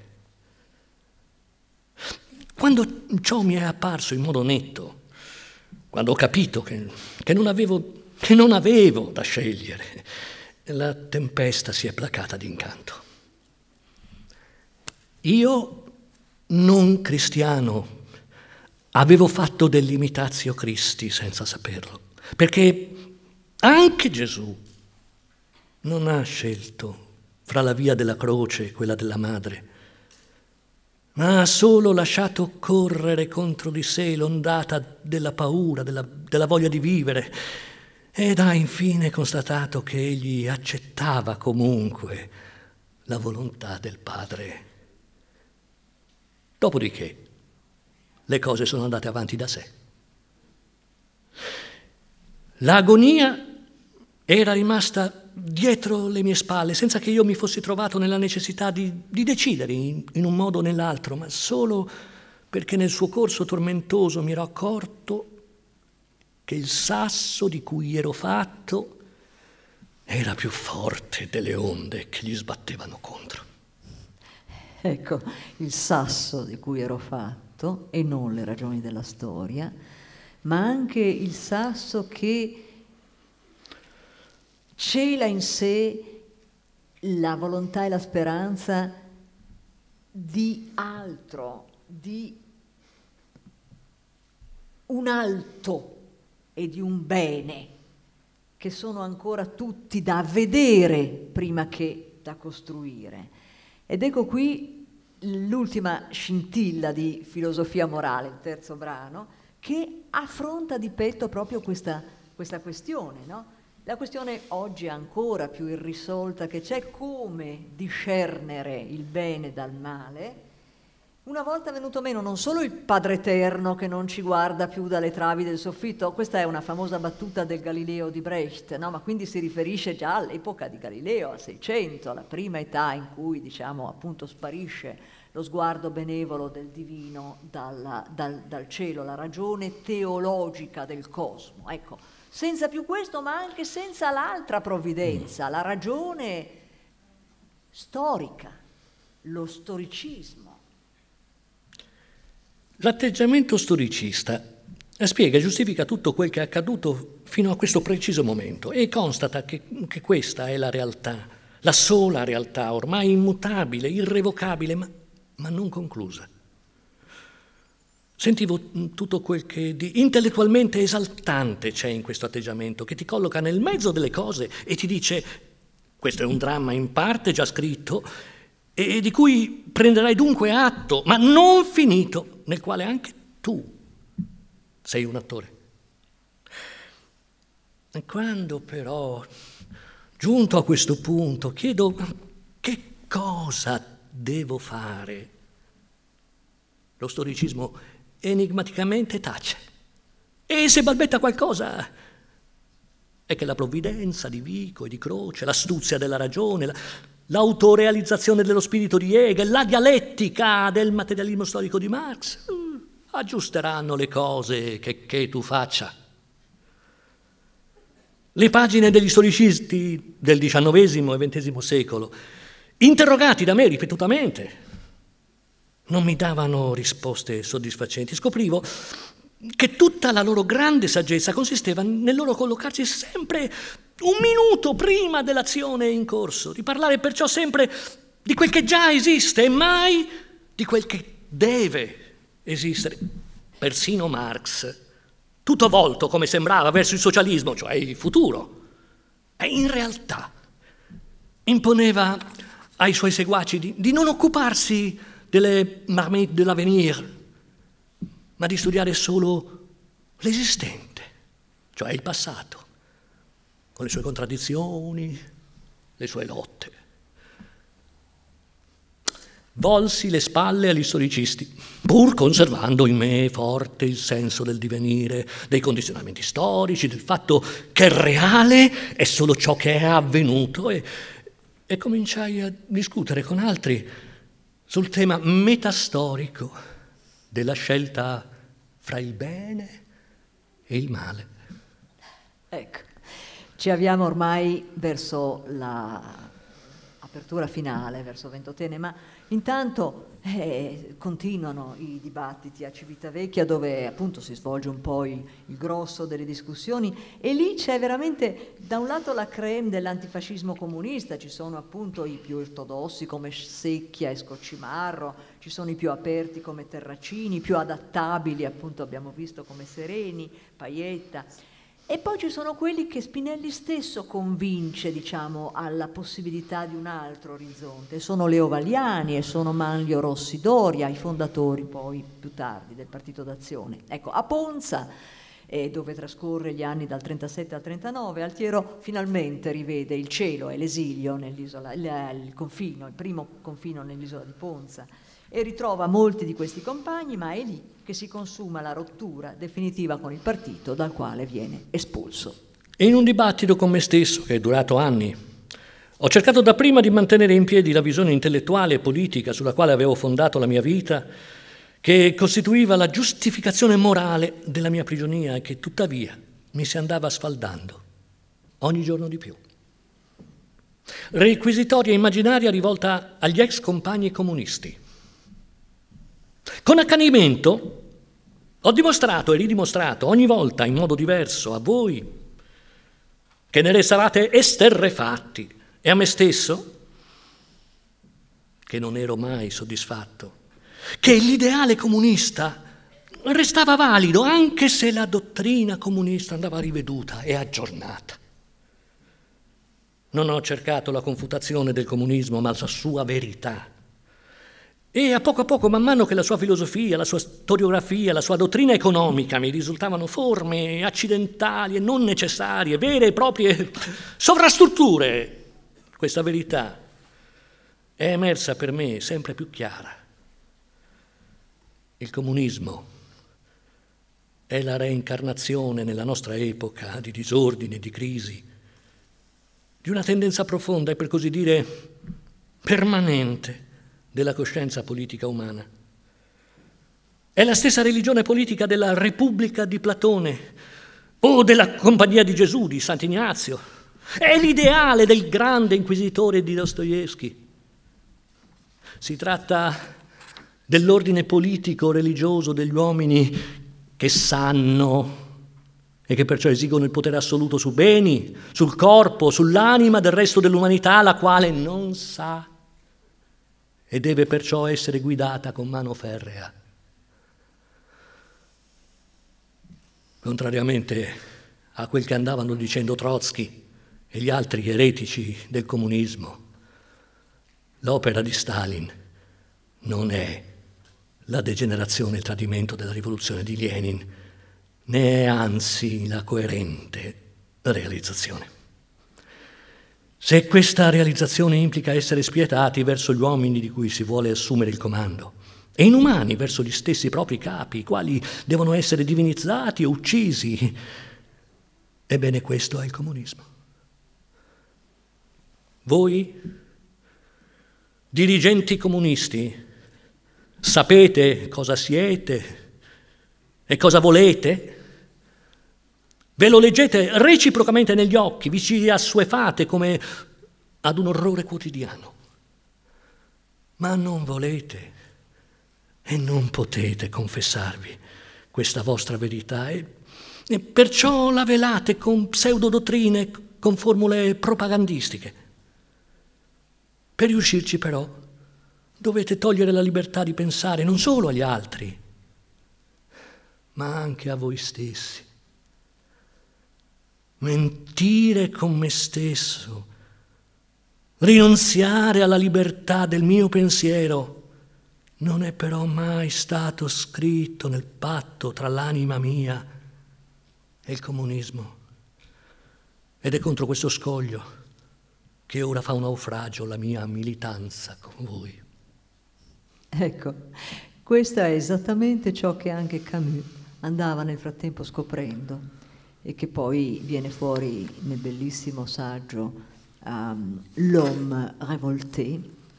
Quando ciò mi è apparso in modo netto, quando ho capito che, che, non avevo, che non avevo da scegliere, la tempesta si è placata d'incanto. Io, non cristiano, avevo fatto dell'imitatio Christi senza saperlo, perché anche Gesù non ha scelto fra la via della croce e quella della madre, ma ha solo lasciato correre contro di sé l'ondata della paura, della, della voglia di vivere, ed ha infine constatato che egli accettava comunque la volontà del Padre. Dopodiché le cose sono andate avanti da sé. L'agonia era rimasta dietro le mie spalle, senza che io mi fossi trovato nella necessità di, di decidere in, in un modo o nell'altro, ma solo perché nel suo corso tormentoso mi ero accorto che il sasso di cui ero fatto era più forte delle onde che gli sbattevano contro. Ecco, il sasso di cui ero fatto, e non le ragioni della storia, ma anche il sasso che cela in sé la volontà e la speranza di altro, di un alto e di un bene, che sono ancora tutti da vedere prima che da costruire. Ed ecco qui l'ultima scintilla di filosofia morale, il terzo brano, che affronta di petto proprio questa, questa questione, no? La questione oggi ancora più irrisolta che c'è, come discernere il bene dal male, una volta venuto meno non solo il Padre Eterno che non ci guarda più dalle travi del soffitto, questa è una famosa battuta del Galileo di Brecht, no? Ma quindi si riferisce già all'epoca di Galileo, al Seicento, alla prima età in cui, diciamo, appunto sparisce lo sguardo benevolo del divino dalla, dal, dal cielo, la ragione teologica del cosmo, ecco. Senza più questo, ma anche senza l'altra provvidenza, la ragione storica, lo storicismo. L'atteggiamento storicista spiega e giustifica tutto quel che è accaduto fino a questo preciso momento e constata che, che questa è la realtà, la sola realtà, ormai immutabile, irrevocabile, ma, ma non conclusa. Sentivo tutto quel che di intellettualmente esaltante c'è in questo atteggiamento, che ti colloca nel mezzo delle cose e ti dice: questo è un dramma in parte già scritto e di cui prenderai dunque atto, ma non finito, nel quale anche tu sei un attore. E quando però, giunto a questo punto, chiedo che cosa devo fare, lo storicismo enigmaticamente tace. E se balbetta qualcosa è che la provvidenza di Vico e di Croce, l'astuzia della ragione, la, l'autorealizzazione dello spirito di Hegel, la dialettica del materialismo storico di Marx uh, aggiusteranno le cose che, che tu faccia. Le pagine degli storicisti del diciannovesimo e ventesimo secolo, interrogati da me ripetutamente, non mi davano risposte soddisfacenti. Scoprivo che tutta la loro grande saggezza consisteva nel loro collocarsi sempre un minuto prima dell'azione in corso, di parlare perciò sempre di quel che già esiste e mai di quel che deve esistere. Persino Marx, tutto volto come sembrava verso il socialismo, cioè il futuro, e in realtà imponeva ai suoi seguaci di, di non occuparsi delle marmites de l'avenir, ma di studiare solo l'esistente, cioè il passato, con le sue contraddizioni, le sue lotte. Volsi le spalle agli storicisti, pur conservando in me forte il senso del divenire, dei condizionamenti storici, del fatto che il reale è solo ciò che è avvenuto, e, e cominciai a discutere con altri sul tema metastorico della scelta fra il bene e il male. Ecco, ci avviamo ormai verso l'apertura finale, verso Ventotene, ma intanto eh, continuano i dibattiti a Civitavecchia, dove appunto si svolge un po' il, il grosso delle discussioni, e lì c'è veramente da un lato la crème dell'antifascismo comunista, ci sono appunto i più ortodossi come Secchia e Scoccimarro, ci sono i più aperti come Terracini, i più adattabili appunto abbiamo visto come Sereni, Paietta. E poi ci sono quelli che Spinelli stesso convince, diciamo, alla possibilità di un altro orizzonte. Sono Leo Valiani e sono Manlio Rossi Doria, i fondatori poi più tardi del Partito d'Azione. Ecco, a Ponza, eh, dove trascorre gli anni dal trentasette al trentanove, Altiero finalmente rivede il cielo e l'esilio nell'isola, il, il confino, il primo confino nell'isola di Ponza, e ritrova molti di questi compagni, ma è lì che si consuma la rottura definitiva con il partito dal quale viene espulso. E in un dibattito con me stesso, che è durato anni, ho cercato dapprima di mantenere in piedi la visione intellettuale e politica sulla quale avevo fondato la mia vita, che costituiva la giustificazione morale della mia prigionia e che tuttavia mi si andava sfaldando ogni giorno di più. Requisitoria immaginaria rivolta agli ex compagni comunisti. Con accanimento ho dimostrato e ridimostrato ogni volta in modo diverso a voi che ne restavate esterrefatti, e a me stesso che non ero mai soddisfatto, che l'ideale comunista restava valido anche se la dottrina comunista andava riveduta e aggiornata. Non ho cercato la confutazione del comunismo, ma la sua verità. E a poco a poco, man mano che la sua filosofia, la sua storiografia, la sua dottrina economica mi risultavano forme accidentali e non necessarie, vere e proprie sovrastrutture, questa verità è emersa per me sempre più chiara. Il comunismo è la reincarnazione nella nostra epoca di disordine e di crisi, di una tendenza profonda e per così dire permanente della coscienza politica umana. È la stessa religione politica della Repubblica di Platone o della Compagnia di Gesù di Sant'Ignazio. È l'ideale del grande inquisitore di Dostoevskij. Si tratta dell'ordine politico religioso degli uomini che sanno e che perciò esigono il potere assoluto su beni, sul corpo, sull'anima del resto dell'umanità, la quale non sa e deve perciò essere guidata con mano ferrea. Contrariamente a quel che andavano dicendo Trotsky e gli altri eretici del comunismo, l'opera di Stalin non è la degenerazione e il tradimento della rivoluzione di Lenin, ne è anzi la coerente realizzazione. Se questa realizzazione implica essere spietati verso gli uomini di cui si vuole assumere il comando e inumani verso gli stessi propri capi, i quali devono essere divinizzati o uccisi, ebbene questo è il comunismo. Voi, dirigenti comunisti, sapete cosa siete e cosa volete? Ve lo leggete reciprocamente negli occhi, vi ci assuefate come ad un orrore quotidiano. Ma non volete e non potete confessarvi questa vostra verità e, e perciò la velate con pseudodottrine con formule propagandistiche. Per riuscirci però dovete togliere la libertà di pensare non solo agli altri, ma anche a voi stessi. Mentire con me stesso, rinunziare alla libertà del mio pensiero, non è però mai stato scritto nel patto tra l'anima mia e il comunismo. Ed è contro questo scoglio che ora fa un naufragio la mia militanza con voi. Ecco, questo è esattamente ciò che anche Camus andava nel frattempo scoprendo e che poi viene fuori nel bellissimo saggio um, L'homme révolté.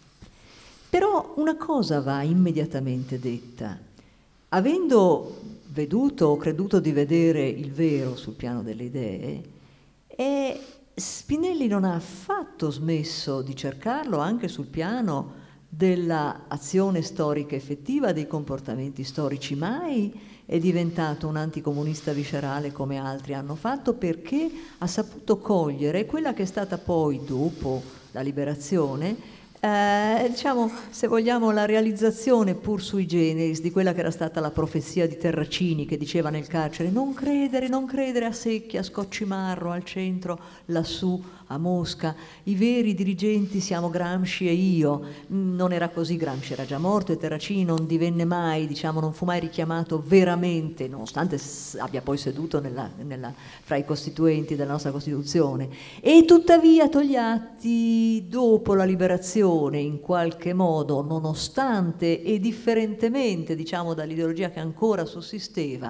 Però una cosa va immediatamente detta. Avendo veduto o creduto di vedere il vero sul piano delle idee, e Spinelli non ha affatto smesso di cercarlo anche sul piano dell'azione storica effettiva, dei comportamenti storici. Mai è diventato un anticomunista viscerale come altri hanno fatto, perché ha saputo cogliere quella che è stata poi, dopo la liberazione, Eh, diciamo, se vogliamo, la realizzazione pur sui generis di quella che era stata la profezia di Terracini, che diceva nel carcere: non credere, non credere a Secchi, a Scoccimarro, al centro, lassù a Mosca, i veri dirigenti siamo Gramsci e io. Non era così, Gramsci era già morto e Terracini non divenne mai, diciamo, non fu mai richiamato veramente, nonostante abbia poi seduto nella, nella, fra i costituenti della nostra Costituzione. E tuttavia Togliatti, dopo la liberazione, in qualche modo, nonostante e differentemente, diciamo, dall'ideologia che ancora sussisteva,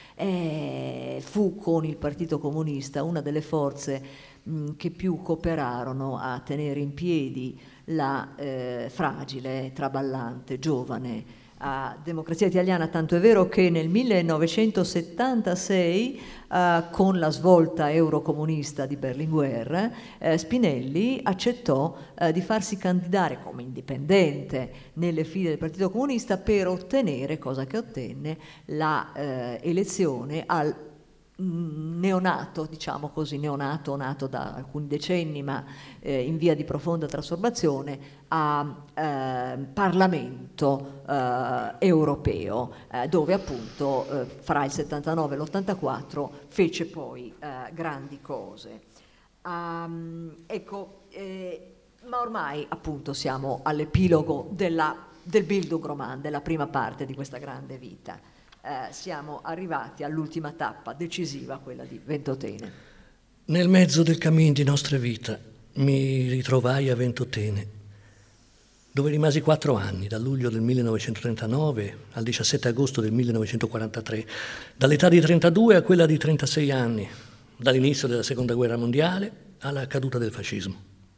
eh, fu con il Partito Comunista una delle forze mh, che più cooperarono a tenere in piedi la eh, fragile, traballante, giovane a democrazia italiana, tanto è vero che nel millenovecentosettantasei, eh, con la svolta eurocomunista di Berlinguer, eh, Spinelli accettò eh, di farsi candidare come indipendente nelle file del Partito Comunista per ottenere, cosa che ottenne, la eh, elezione al neonato, diciamo così, neonato, nato da alcuni decenni ma eh, in via di profonda trasformazione, a eh, Parlamento eh, europeo, eh, dove appunto eh, fra il settantanove e l'ottantaquattro fece poi eh, grandi cose. Um, ecco, eh, ma ormai appunto siamo all'epilogo della, del Bildungsroman, della prima parte di questa grande vita. Eh, siamo arrivati all'ultima tappa decisiva, quella di Ventotene. Nel mezzo del cammin di nostra vita mi ritrovai a Ventotene, dove rimasi quattro anni, dal luglio del millenovecentotrentanove al diciassette agosto del millenovecentoquarantatré, dall'età di trentadue a quella di trentasei anni, dall'inizio della Seconda Guerra Mondiale alla caduta del fascismo.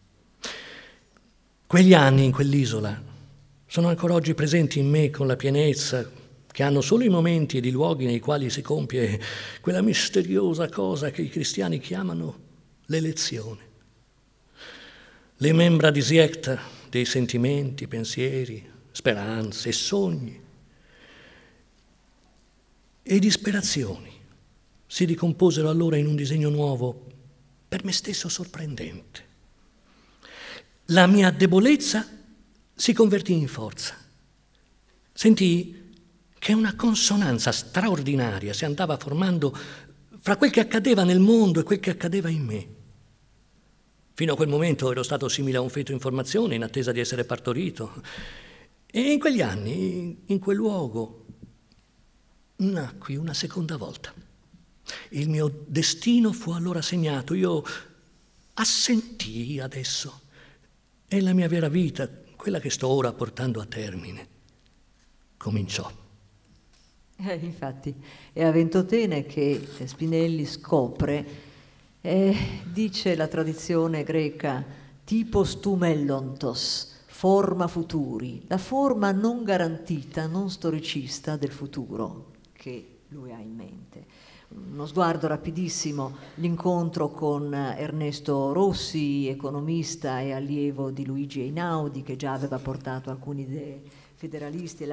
Quegli anni in quell'isola sono ancora oggi presenti in me con la pienezza che hanno solo i momenti ed i luoghi nei quali si compie quella misteriosa cosa che i cristiani chiamano l'elezione. Le membra disiecta dei sentimenti, pensieri, speranze e sogni e disperazioni si ricomposero allora in un disegno nuovo, per me stesso sorprendente. La mia debolezza si convertì in forza. Sentii che una consonanza straordinaria si andava formando fra quel che accadeva nel mondo e quel che accadeva in me. Fino a quel momento ero stato simile a un feto in formazione, in attesa di essere partorito. E in quegli anni, in quel luogo, nacqui una seconda volta. Il mio destino fu allora segnato. Io assentii adesso. E la mia vera vita, quella che sto ora portando a termine, cominciò. Eh, infatti è a Ventotene che Spinelli scopre, eh, dice la tradizione greca, typos tu mellontos, forma futuri, la forma non garantita, non storicista del futuro che lui ha in mente. Uno sguardo rapidissimo, l'incontro con Ernesto Rossi, economista e allievo di Luigi Einaudi, che già aveva portato alcune idee federalisti, e la lettura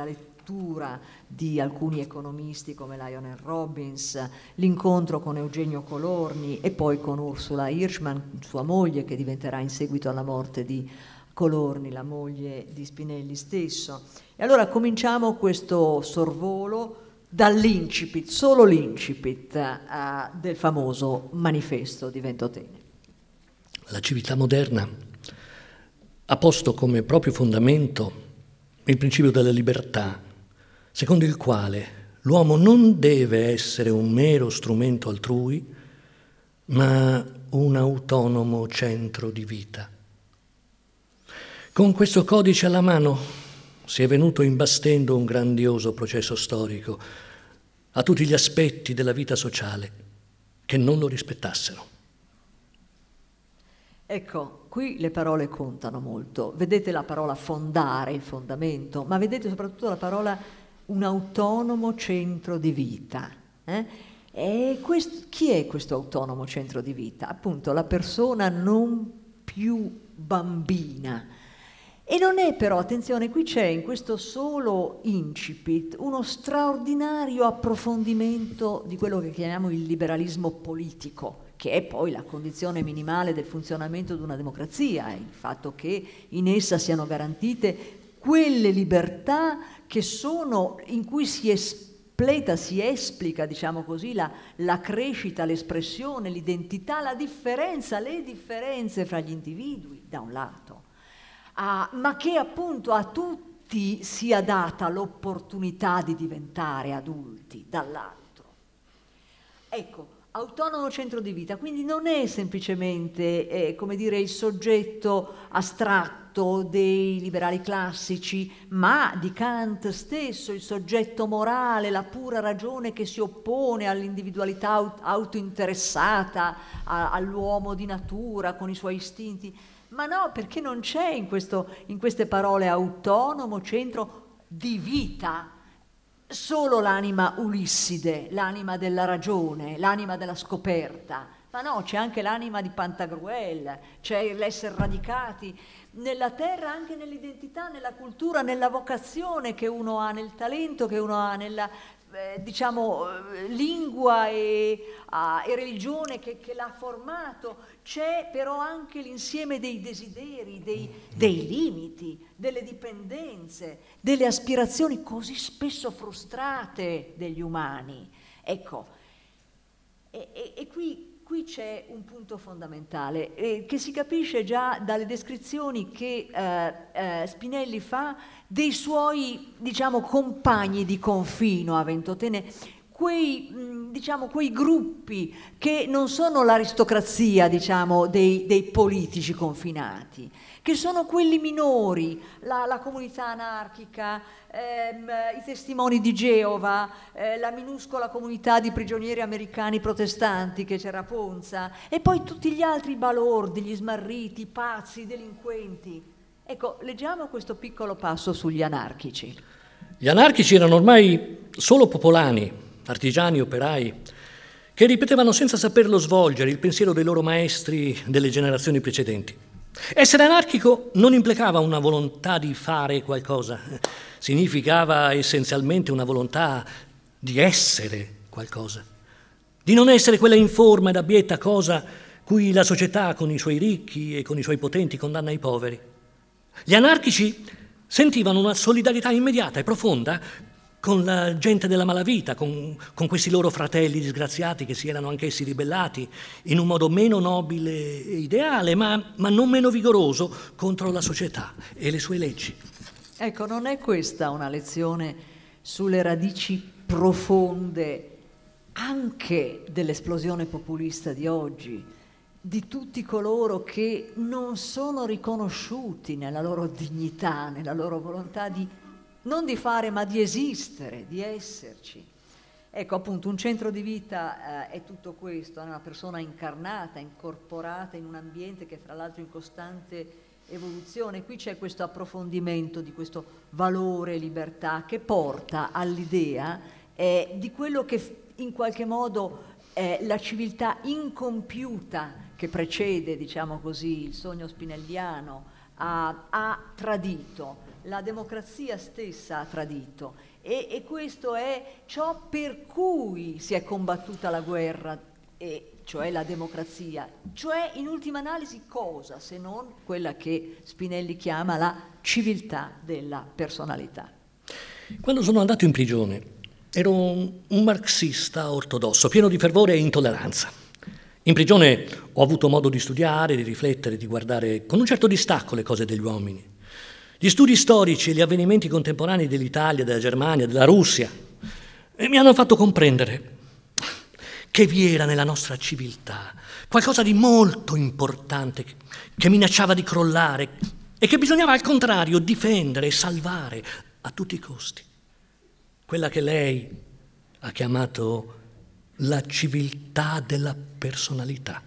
lettura di alcuni economisti come Lionel Robbins, l'incontro con Eugenio Colorni e poi con Ursula Hirschman, sua moglie, che diventerà in seguito alla morte di Colorni la moglie di Spinelli stesso. E allora cominciamo questo sorvolo dall'incipit, solo l'incipit uh, del famoso manifesto di Ventotene. La civiltà moderna ha posto come proprio fondamento il principio della libertà, secondo il quale l'uomo non deve essere un mero strumento altrui, ma un autonomo centro di vita. Con questo codice alla mano si è venuto imbastendo un grandioso processo storico a tutti gli aspetti della vita sociale che non lo rispettassero. Ecco, qui le parole contano molto. Vedete la parola fondare, il fondamento, ma vedete soprattutto la parola un autonomo centro di vita. Eh? E questo, chi è questo autonomo centro di vita? Appunto la persona non più bambina. E non è però, attenzione, qui c'è in questo solo incipit uno straordinario approfondimento di quello che chiamiamo il liberalismo politico, che è poi la condizione minimale del funzionamento di una democrazia, il fatto che in essa siano garantite quelle libertà che sono, in cui si espleta, si esplica, diciamo così, la, la crescita, l'espressione, l'identità, la differenza, le differenze fra gli individui, da un lato. Ah, ma che appunto a tutti sia data l'opportunità di diventare adulti, dall'altro. Ecco, autonomo centro di vita, quindi non è semplicemente, eh, come dire, il soggetto astratto dei liberali classici, ma di Kant stesso, il soggetto morale, la pura ragione che si oppone all'individualità aut- autointeressata, a- all'uomo di natura con i suoi istinti. Ma no, perché non c'è in, questo, in queste parole autonomo centro di vita solo l'anima Ulisside, l'anima della ragione, l'anima della scoperta. Ma no, c'è anche l'anima di Pantagruel, c'è l'essere radicati nella terra, anche nell'identità, nella cultura, nella vocazione che uno ha, nel talento che uno ha, nella eh, diciamo eh, lingua e, ah, e religione che, che l'ha formato. C'è però anche l'insieme dei desideri, dei, dei limiti, delle dipendenze, delle aspirazioni così spesso frustrate degli umani. Ecco, e, e, e qui Qui c'è un punto fondamentale eh, che si capisce già dalle descrizioni che eh, eh, Spinelli fa dei suoi, diciamo, compagni di confino a Ventotene, quei, mh, diciamo, quei gruppi che non sono l'aristocrazia, diciamo, dei, dei politici confinati, che sono quelli minori, la, la comunità anarchica, ehm, i testimoni di Geova, eh, la minuscola comunità di prigionieri americani protestanti che c'era a Ponza, e poi tutti gli altri balordi, gli smarriti, i pazzi, i delinquenti. Ecco, leggiamo questo piccolo passo sugli anarchici. Gli anarchici erano ormai solo popolani, artigiani, operai, che ripetevano senza saperlo svolgere il pensiero dei loro maestri delle generazioni precedenti. Essere anarchico non implicava una volontà di fare qualcosa, significava essenzialmente una volontà di essere qualcosa, di non essere quella informe ed abietta cosa cui la società con i suoi ricchi e con i suoi potenti condanna i poveri. Gli anarchici sentivano una solidarietà immediata e profonda con la gente della malavita, con, con questi loro fratelli disgraziati che si erano anch'essi ribellati in un modo meno nobile e ideale, ma, ma non meno vigoroso contro la società e le sue leggi. Ecco, non è questa una lezione sulle radici profonde anche dell'esplosione populista di oggi, di tutti coloro che non sono riconosciuti nella loro dignità, nella loro volontà di non di fare, ma di esistere, di esserci. Ecco, appunto, un centro di vita eh, è tutto questo, è una persona incarnata, incorporata in un ambiente che è fra l'altro in costante evoluzione. Qui c'è questo approfondimento di questo valore libertà che porta all'idea eh, di quello che in qualche modo è la civiltà incompiuta che precede, diciamo così, il sogno spinelliano ha, ha tradito. La democrazia stessa ha tradito, E, e questo è ciò per cui si è combattuta la guerra, e cioè la democrazia, cioè in ultima analisi cosa se non quella che Spinelli chiama la civiltà della personalità. Quando sono andato in prigione ero un, un marxista ortodosso, pieno di fervore e intolleranza. In prigione ho avuto modo di studiare, di riflettere, di guardare con un certo distacco le cose degli uomini. Gli studi storici e gli avvenimenti contemporanei dell'Italia, della Germania, della Russia e mi hanno fatto comprendere che vi era nella nostra civiltà qualcosa di molto importante che minacciava di crollare e che bisognava al contrario difendere e salvare a tutti i costi. Quella che lei ha chiamato la civiltà della personalità.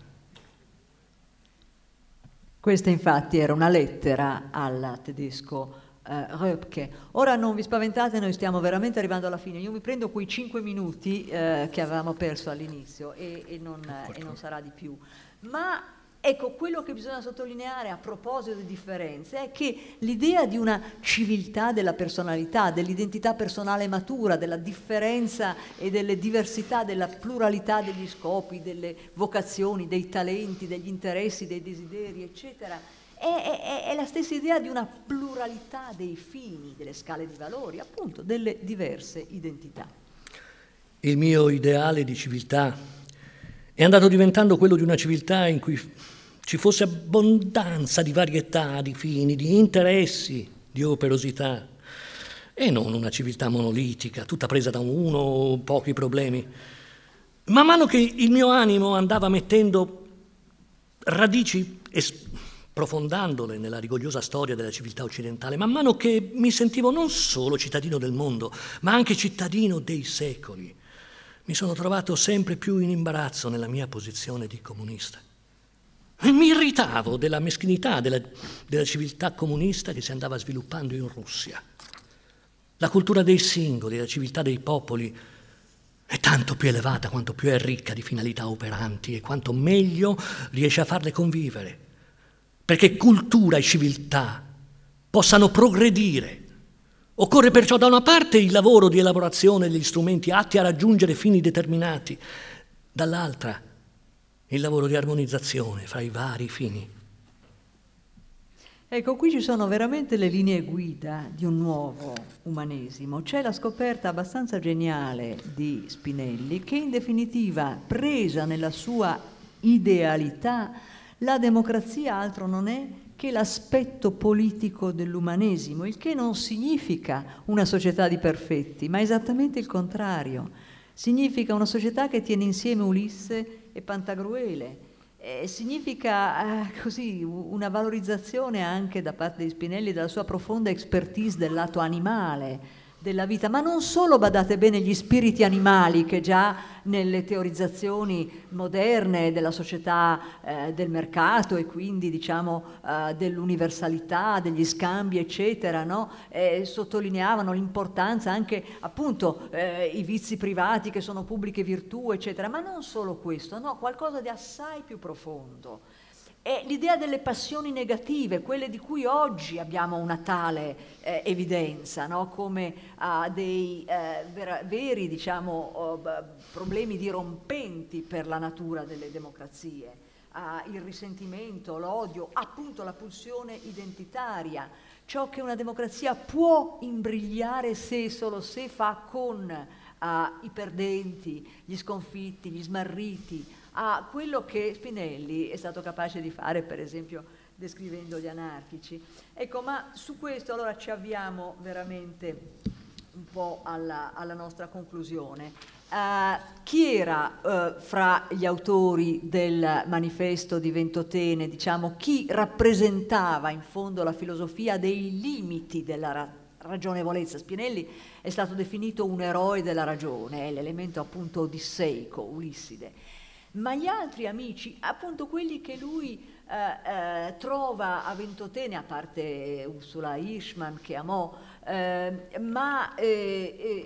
Questa infatti era una lettera al tedesco eh, Röpke. Ora non vi spaventate, noi stiamo veramente arrivando alla fine. Io mi prendo quei cinque minuti eh, che avevamo perso all'inizio e, e, non, e non sarà di più. Ma ecco, quello che bisogna sottolineare a proposito di differenze è che l'idea di una civiltà della personalità, dell'identità personale matura, della differenza e delle diversità, della pluralità degli scopi, delle vocazioni, dei talenti, degli interessi, dei desideri, eccetera, è, è, è la stessa idea di una pluralità dei fini, delle scale di valori, appunto, delle diverse identità. Il mio ideale di civiltà è andato diventando quello di una civiltà in cui ci fosse abbondanza di varietà, di fini, di interessi, di operosità, e non una civiltà monolitica, tutta presa da uno o pochi problemi. Man mano che il mio animo andava mettendo radici e sprofondandole nella rigogliosa storia della civiltà occidentale, man mano che mi sentivo non solo cittadino del mondo, ma anche cittadino dei secoli, mi sono trovato sempre più in imbarazzo nella mia posizione di comunista. E mi irritavo della meschinità della, della civiltà comunista che si andava sviluppando in Russia. La cultura dei singoli, la civiltà dei popoli è tanto più elevata quanto più è ricca di finalità operanti e quanto meglio riesce a farle convivere, perché cultura e civiltà possano progredire. Occorre perciò da una parte il lavoro di elaborazione degli strumenti atti a raggiungere fini determinati, dall'altra il lavoro di armonizzazione fra i vari fini. Ecco, qui ci sono veramente le linee guida di un nuovo umanesimo. C'è la scoperta abbastanza geniale di Spinelli che in definitiva, presa nella sua idealità, la democrazia altro non è che l'aspetto politico dell'umanesimo, il che non significa una società di perfetti, ma esattamente il contrario. Significa una società che tiene insieme Ulisse e Pantagruele. Eh, significa eh, così una valorizzazione anche da parte di Spinelli della sua profonda expertise del lato animale della vita, ma non solo, badate bene, gli spiriti animali che già nelle teorizzazioni moderne della società eh, del mercato e quindi diciamo eh, dell'universalità, degli scambi eccetera, no? eh, sottolineavano l'importanza anche appunto eh, i vizi privati che sono pubbliche virtù eccetera, ma non solo questo, no? Qualcosa di assai più profondo. È l'idea delle passioni negative, quelle di cui oggi abbiamo una tale eh, evidenza, no? Come uh, dei eh, vera, veri diciamo, oh, problemi dirompenti per la natura delle democrazie, uh, il risentimento, l'odio, appunto la pulsione identitaria, ciò che una democrazia può imbrigliare se e solo se fa con uh, i perdenti, gli sconfitti, gli smarriti, a quello che Spinelli è stato capace di fare, per esempio, descrivendo gli anarchici. Ecco, ma su questo allora ci avviamo veramente un po' alla, alla nostra conclusione. Uh, chi era uh, fra gli autori del manifesto di Ventotene, diciamo, chi rappresentava in fondo la filosofia dei limiti della ra- ragionevolezza? Spinelli è stato definito un eroe della ragione, è l'elemento appunto odisseico, Ulisside. Ma gli altri amici, appunto quelli che lui eh, eh, trova a Ventotene, a parte Ursula Hirschman che amò, eh, ma eh,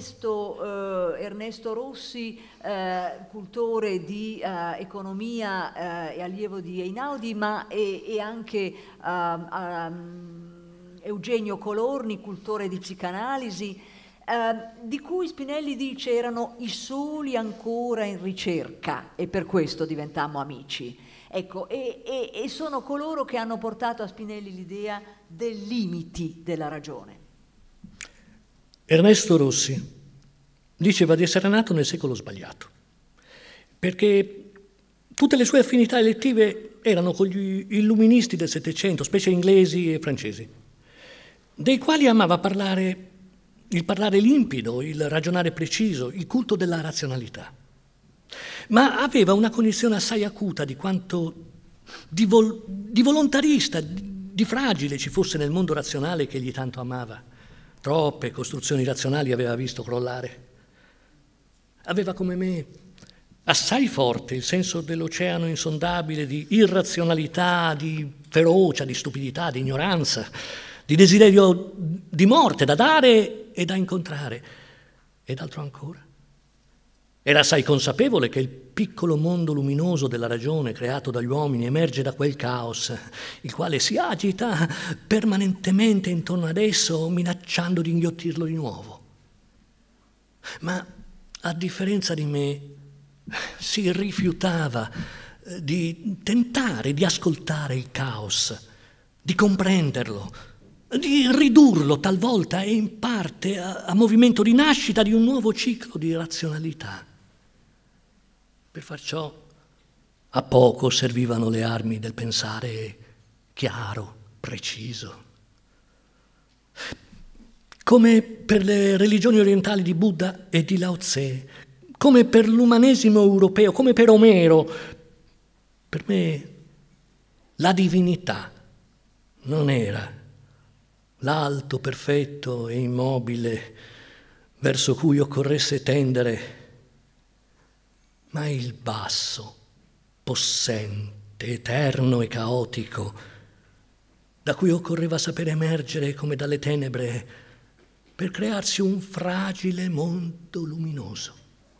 Ernesto, eh, Ernesto Rossi, eh, cultore di eh, economia eh, e allievo di Einaudi, ma e, e anche um, um, Eugenio Colorni, cultore di psicanalisi. eh, di cui Spinelli dice erano i soli ancora in ricerca e per questo diventammo amici. Ecco, e, e, e sono coloro che hanno portato a Spinelli l'idea dei limiti della ragione. Ernesto Rossi diceva di essere nato nel secolo sbagliato, perché tutte le sue affinità elettive erano con gli illuministi del Settecento, specie inglesi e francesi, dei quali amava parlare, il parlare limpido, il ragionare preciso, il culto della razionalità. Ma aveva una cognizione assai acuta di quanto di, vol- di volontarista, di, di fragile ci fosse nel mondo razionale che egli tanto amava. Troppe costruzioni razionali aveva visto crollare. Aveva come me assai forte il senso dell'oceano insondabile di irrazionalità, di ferocia, di stupidità, di ignoranza, di desiderio di morte da dare e da incontrare. Ed altro ancora. Era assai consapevole che il piccolo mondo luminoso della ragione creato dagli uomini emerge da quel caos, il quale si agita permanentemente intorno ad esso, minacciando di inghiottirlo di nuovo. Ma a differenza di me, si rifiutava di tentare di ascoltare il caos, di comprenderlo, di ridurlo talvolta e in parte a, a movimento di nascita di un nuovo ciclo di razionalità. Per far ciò, a poco servivano le armi del pensare chiaro, preciso. Come per le religioni orientali di Buddha e di Lao Tse, come per l'umanesimo europeo, come per Omero, per me la divinità non era l'alto, perfetto e immobile verso cui occorresse tendere, ma il basso, possente, eterno e caotico, da cui occorreva sapere emergere come dalle tenebre per crearsi un fragile mondo luminoso.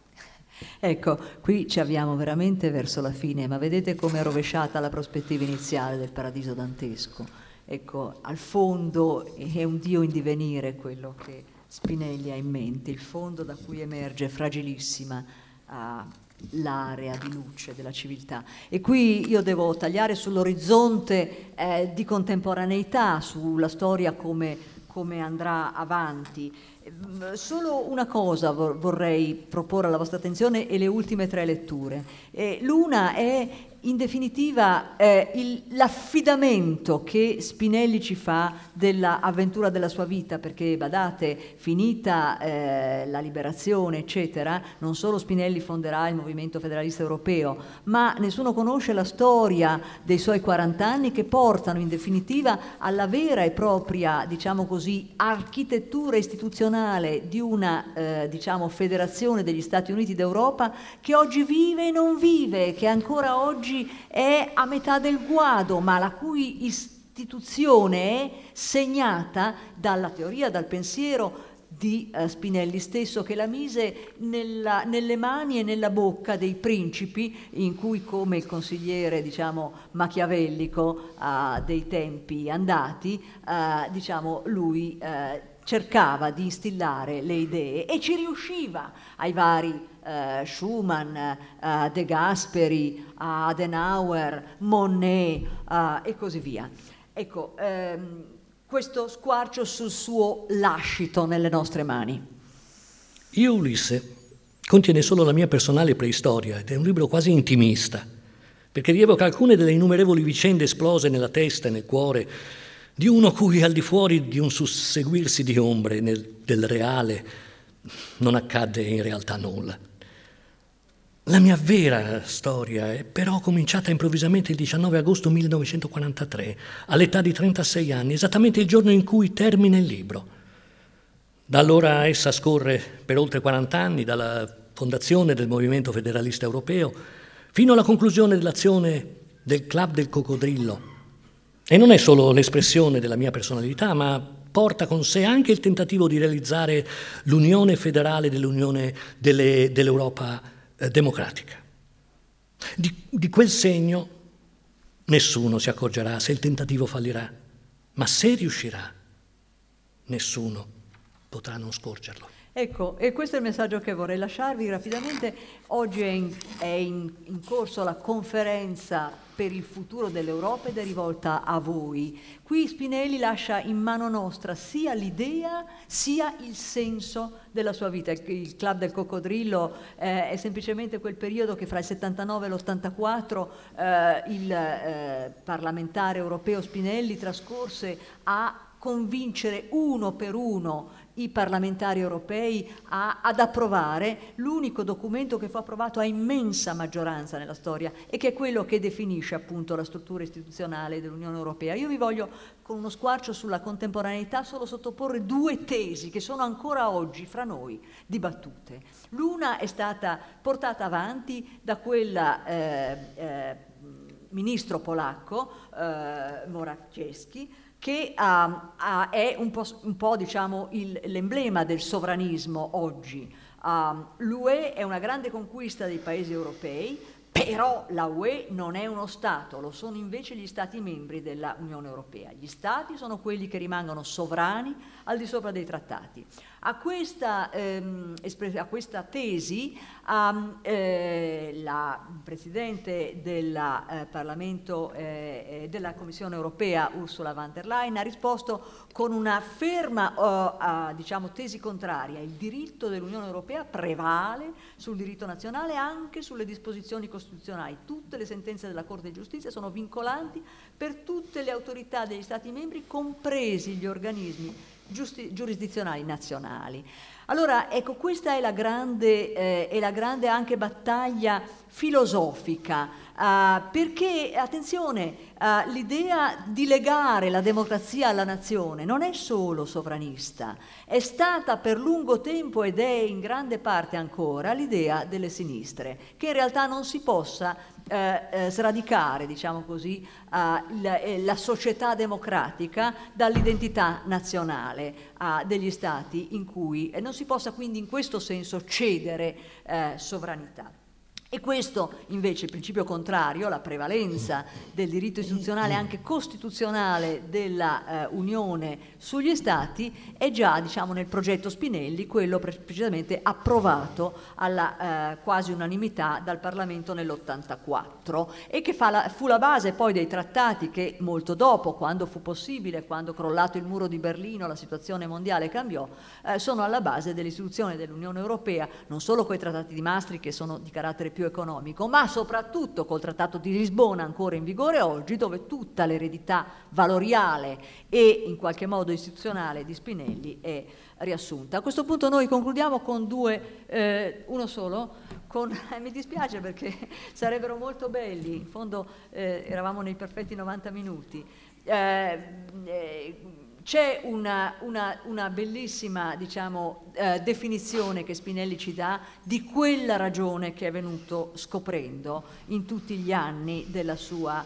Ecco, qui ci avviamo veramente verso la fine, ma vedete come è rovesciata la prospettiva iniziale del paradiso dantesco. Ecco, al fondo è un Dio in divenire quello che Spinelli ha in mente, il fondo da cui emerge fragilissima uh, l'area di luce della civiltà. E qui io devo tagliare sull'orizzonte eh, di contemporaneità, sulla storia come, come andrà avanti. Solo una cosa vorrei proporre alla vostra attenzione e le ultime tre letture. Eh, l'una è in definitiva eh, il, l'affidamento che Spinelli ci fa dell'avventura della sua vita, perché badate, finita eh, la liberazione eccetera, non solo Spinelli fonderà il movimento federalista europeo, ma nessuno conosce la storia dei suoi quaranta anni che portano in definitiva alla vera e propria, diciamo così, architettura istituzionale di una eh, diciamo federazione degli Stati Uniti d'Europa che oggi vive e non vive, che ancora oggi è a metà del guado, ma la cui istituzione è segnata dalla teoria, dal pensiero di uh, Spinelli stesso, che la mise nella, nelle mani e nella bocca dei principi, in cui, come il consigliere diciamo machiavellico uh, dei tempi andati, uh, diciamo lui uh, cercava di instillare le idee e ci riusciva ai vari Uh, Schumann, uh, De Gasperi, uh, Adenauer, Monnet uh, e così via. Ecco, ehm, questo squarcio sul suo lascito nelle nostre mani. Io Ulisse contiene solo la mia personale preistoria ed è un libro quasi intimista, perché rievoca alcune delle innumerevoli vicende esplose nella testa e nel cuore di uno cui al di fuori di un susseguirsi di ombre nel, del reale non accadde in realtà nulla. La mia vera storia è però cominciata improvvisamente il diciannove agosto millenovecentoquarantatré, all'età di trentasei anni, esattamente il giorno in cui termina il libro. Da allora essa scorre per oltre quaranta anni, dalla fondazione del Movimento Federalista Europeo fino alla conclusione dell'azione del Club del Coccodrillo. E non è solo l'espressione della mia personalità, ma porta con sé anche il tentativo di realizzare l'unione federale dell'Unione delle, dell'Europa democratica. Di, di quel segno nessuno si accorgerà se il tentativo fallirà, ma se riuscirà, nessuno potrà non scorgerlo. Ecco, e questo è il messaggio che vorrei lasciarvi rapidamente. Oggi è in, è in, in corso la conferenza per il futuro dell'Europa ed è rivolta a voi. Qui Spinelli lascia in mano nostra sia l'idea sia il senso della sua vita. Il Club del Coccodrillo eh, è semplicemente quel periodo che fra il settantanove e l'ottantaquattro eh, il eh, parlamentare europeo Spinelli trascorse a convincere uno per uno i parlamentari europei a, ad approvare l'unico documento che fu approvato a immensa maggioranza nella storia e che è quello che definisce appunto la struttura istituzionale dell'Unione Europea. Io vi voglio, con uno squarcio sulla contemporaneità, solo sottoporre due tesi che sono ancora oggi fra noi dibattute. L'una è stata portata avanti da quella eh, eh, ministro polacco eh, Morawiecki, che uh, uh, è un po', un po' diciamo, il, l'emblema del sovranismo oggi. Uh, L'U E è una grande conquista dei paesi europei, però la U E non è uno Stato, lo sono invece gli Stati membri della Unione Europea. Gli Stati sono quelli che rimangono sovrani al di sopra dei trattati. A questa, ehm, a questa tesi um, eh, la Presidente del eh, Parlamento eh, della Commissione Europea Ursula von der Leyen ha risposto con una ferma uh, uh, diciamo, tesi contraria. Il diritto dell'Unione Europea prevale sul diritto nazionale, anche sulle disposizioni costituzionali. Tutte le sentenze della Corte di Giustizia sono vincolanti per tutte le autorità degli Stati membri, compresi gli organismi Giusti, giurisdizionali nazionali. Allora, ecco, questa è la grande, eh, è la grande anche battaglia filosofica, eh, perché, attenzione, eh, l'idea di legare la democrazia alla nazione non è solo sovranista, è stata per lungo tempo ed è in grande parte ancora l'idea delle sinistre, che in realtà non si possa Eh, eh, sradicare, diciamo così, eh, la, eh, la società democratica dall'identità nazionale eh, degli stati in cui eh, non si possa quindi in questo senso cedere eh, sovranità. E questo invece, il principio contrario, la prevalenza del diritto istituzionale anche costituzionale della eh, Unione sugli Stati, è già, diciamo, nel progetto Spinelli, quello pre- precisamente approvato alla eh, quasi unanimità dal Parlamento nell'ottantaquattro e che fa la, fu la base poi dei trattati che molto dopo, quando fu possibile, quando crollato il muro di Berlino la situazione mondiale cambiò, eh, sono alla base dell'istituzione dell'Unione Europea, non solo coi trattati di Maastricht che sono di carattere più economico, ma soprattutto col Trattato di Lisbona ancora in vigore oggi, dove tutta l'eredità valoriale e in qualche modo istituzionale di Spinelli è riassunta. A questo punto noi concludiamo con due, eh, uno solo, con, eh, mi dispiace perché sarebbero molto belli, in fondo eh, eravamo nei perfetti novanta minuti. Eh, eh, C'è una, una, una bellissima, diciamo, eh, definizione che Spinelli ci dà di quella ragione che è venuto scoprendo in tutti gli anni della sua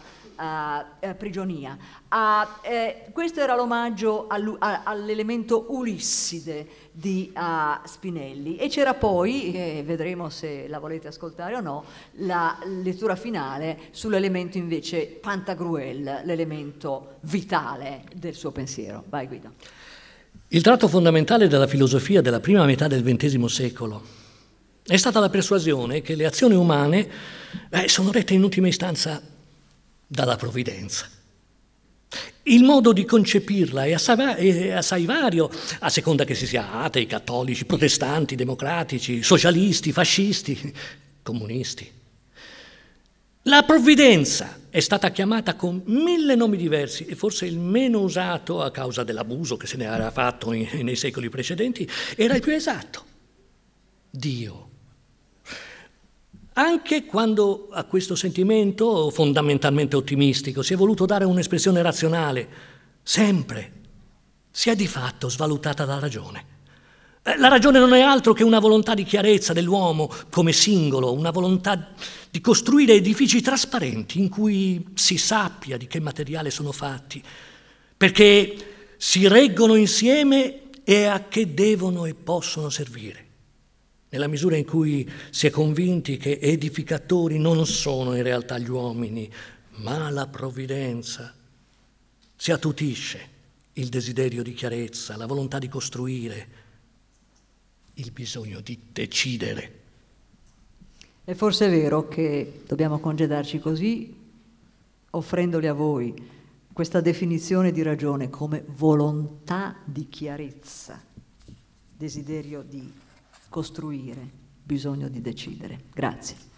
uh, prigionia. Uh, eh, questo era l'omaggio all'elemento Ulisside di uh, Spinelli, e c'era poi, eh, vedremo se la volete ascoltare o no, la lettura finale sull'elemento invece Pantagruel, l'elemento vitale del suo pensiero. Vai Guido. Il tratto fondamentale della filosofia della prima metà del ventesimo secolo è stata la persuasione che le azioni umane eh, sono rette in ultima istanza dalla provvidenza. Il modo di concepirla è assai, è assai vario, a seconda che si sia atei, cattolici, protestanti, democratici, socialisti, fascisti, comunisti. La provvidenza è stata chiamata con mille nomi diversi e forse il meno usato, a causa dell'abuso che se ne era fatto in, nei secoli precedenti, era il più esatto: Dio. Anche quando a questo sentimento fondamentalmente ottimistico si è voluto dare un'espressione razionale, sempre si è di fatto svalutata la ragione. La ragione non è altro che una volontà di chiarezza dell'uomo come singolo, una volontà di costruire edifici trasparenti in cui si sappia di che materiale sono fatti, perché si reggono insieme e a che devono e possono servire. Nella misura in cui si è convinti che edificatori non sono in realtà gli uomini, ma la provvidenza, si attutisce il desiderio di chiarezza, la volontà di costruire il bisogno di decidere. È forse vero che dobbiamo congedarci così, offrendoli a voi questa definizione di ragione come volontà di chiarezza, desiderio di costruire, bisogno di decidere. Grazie.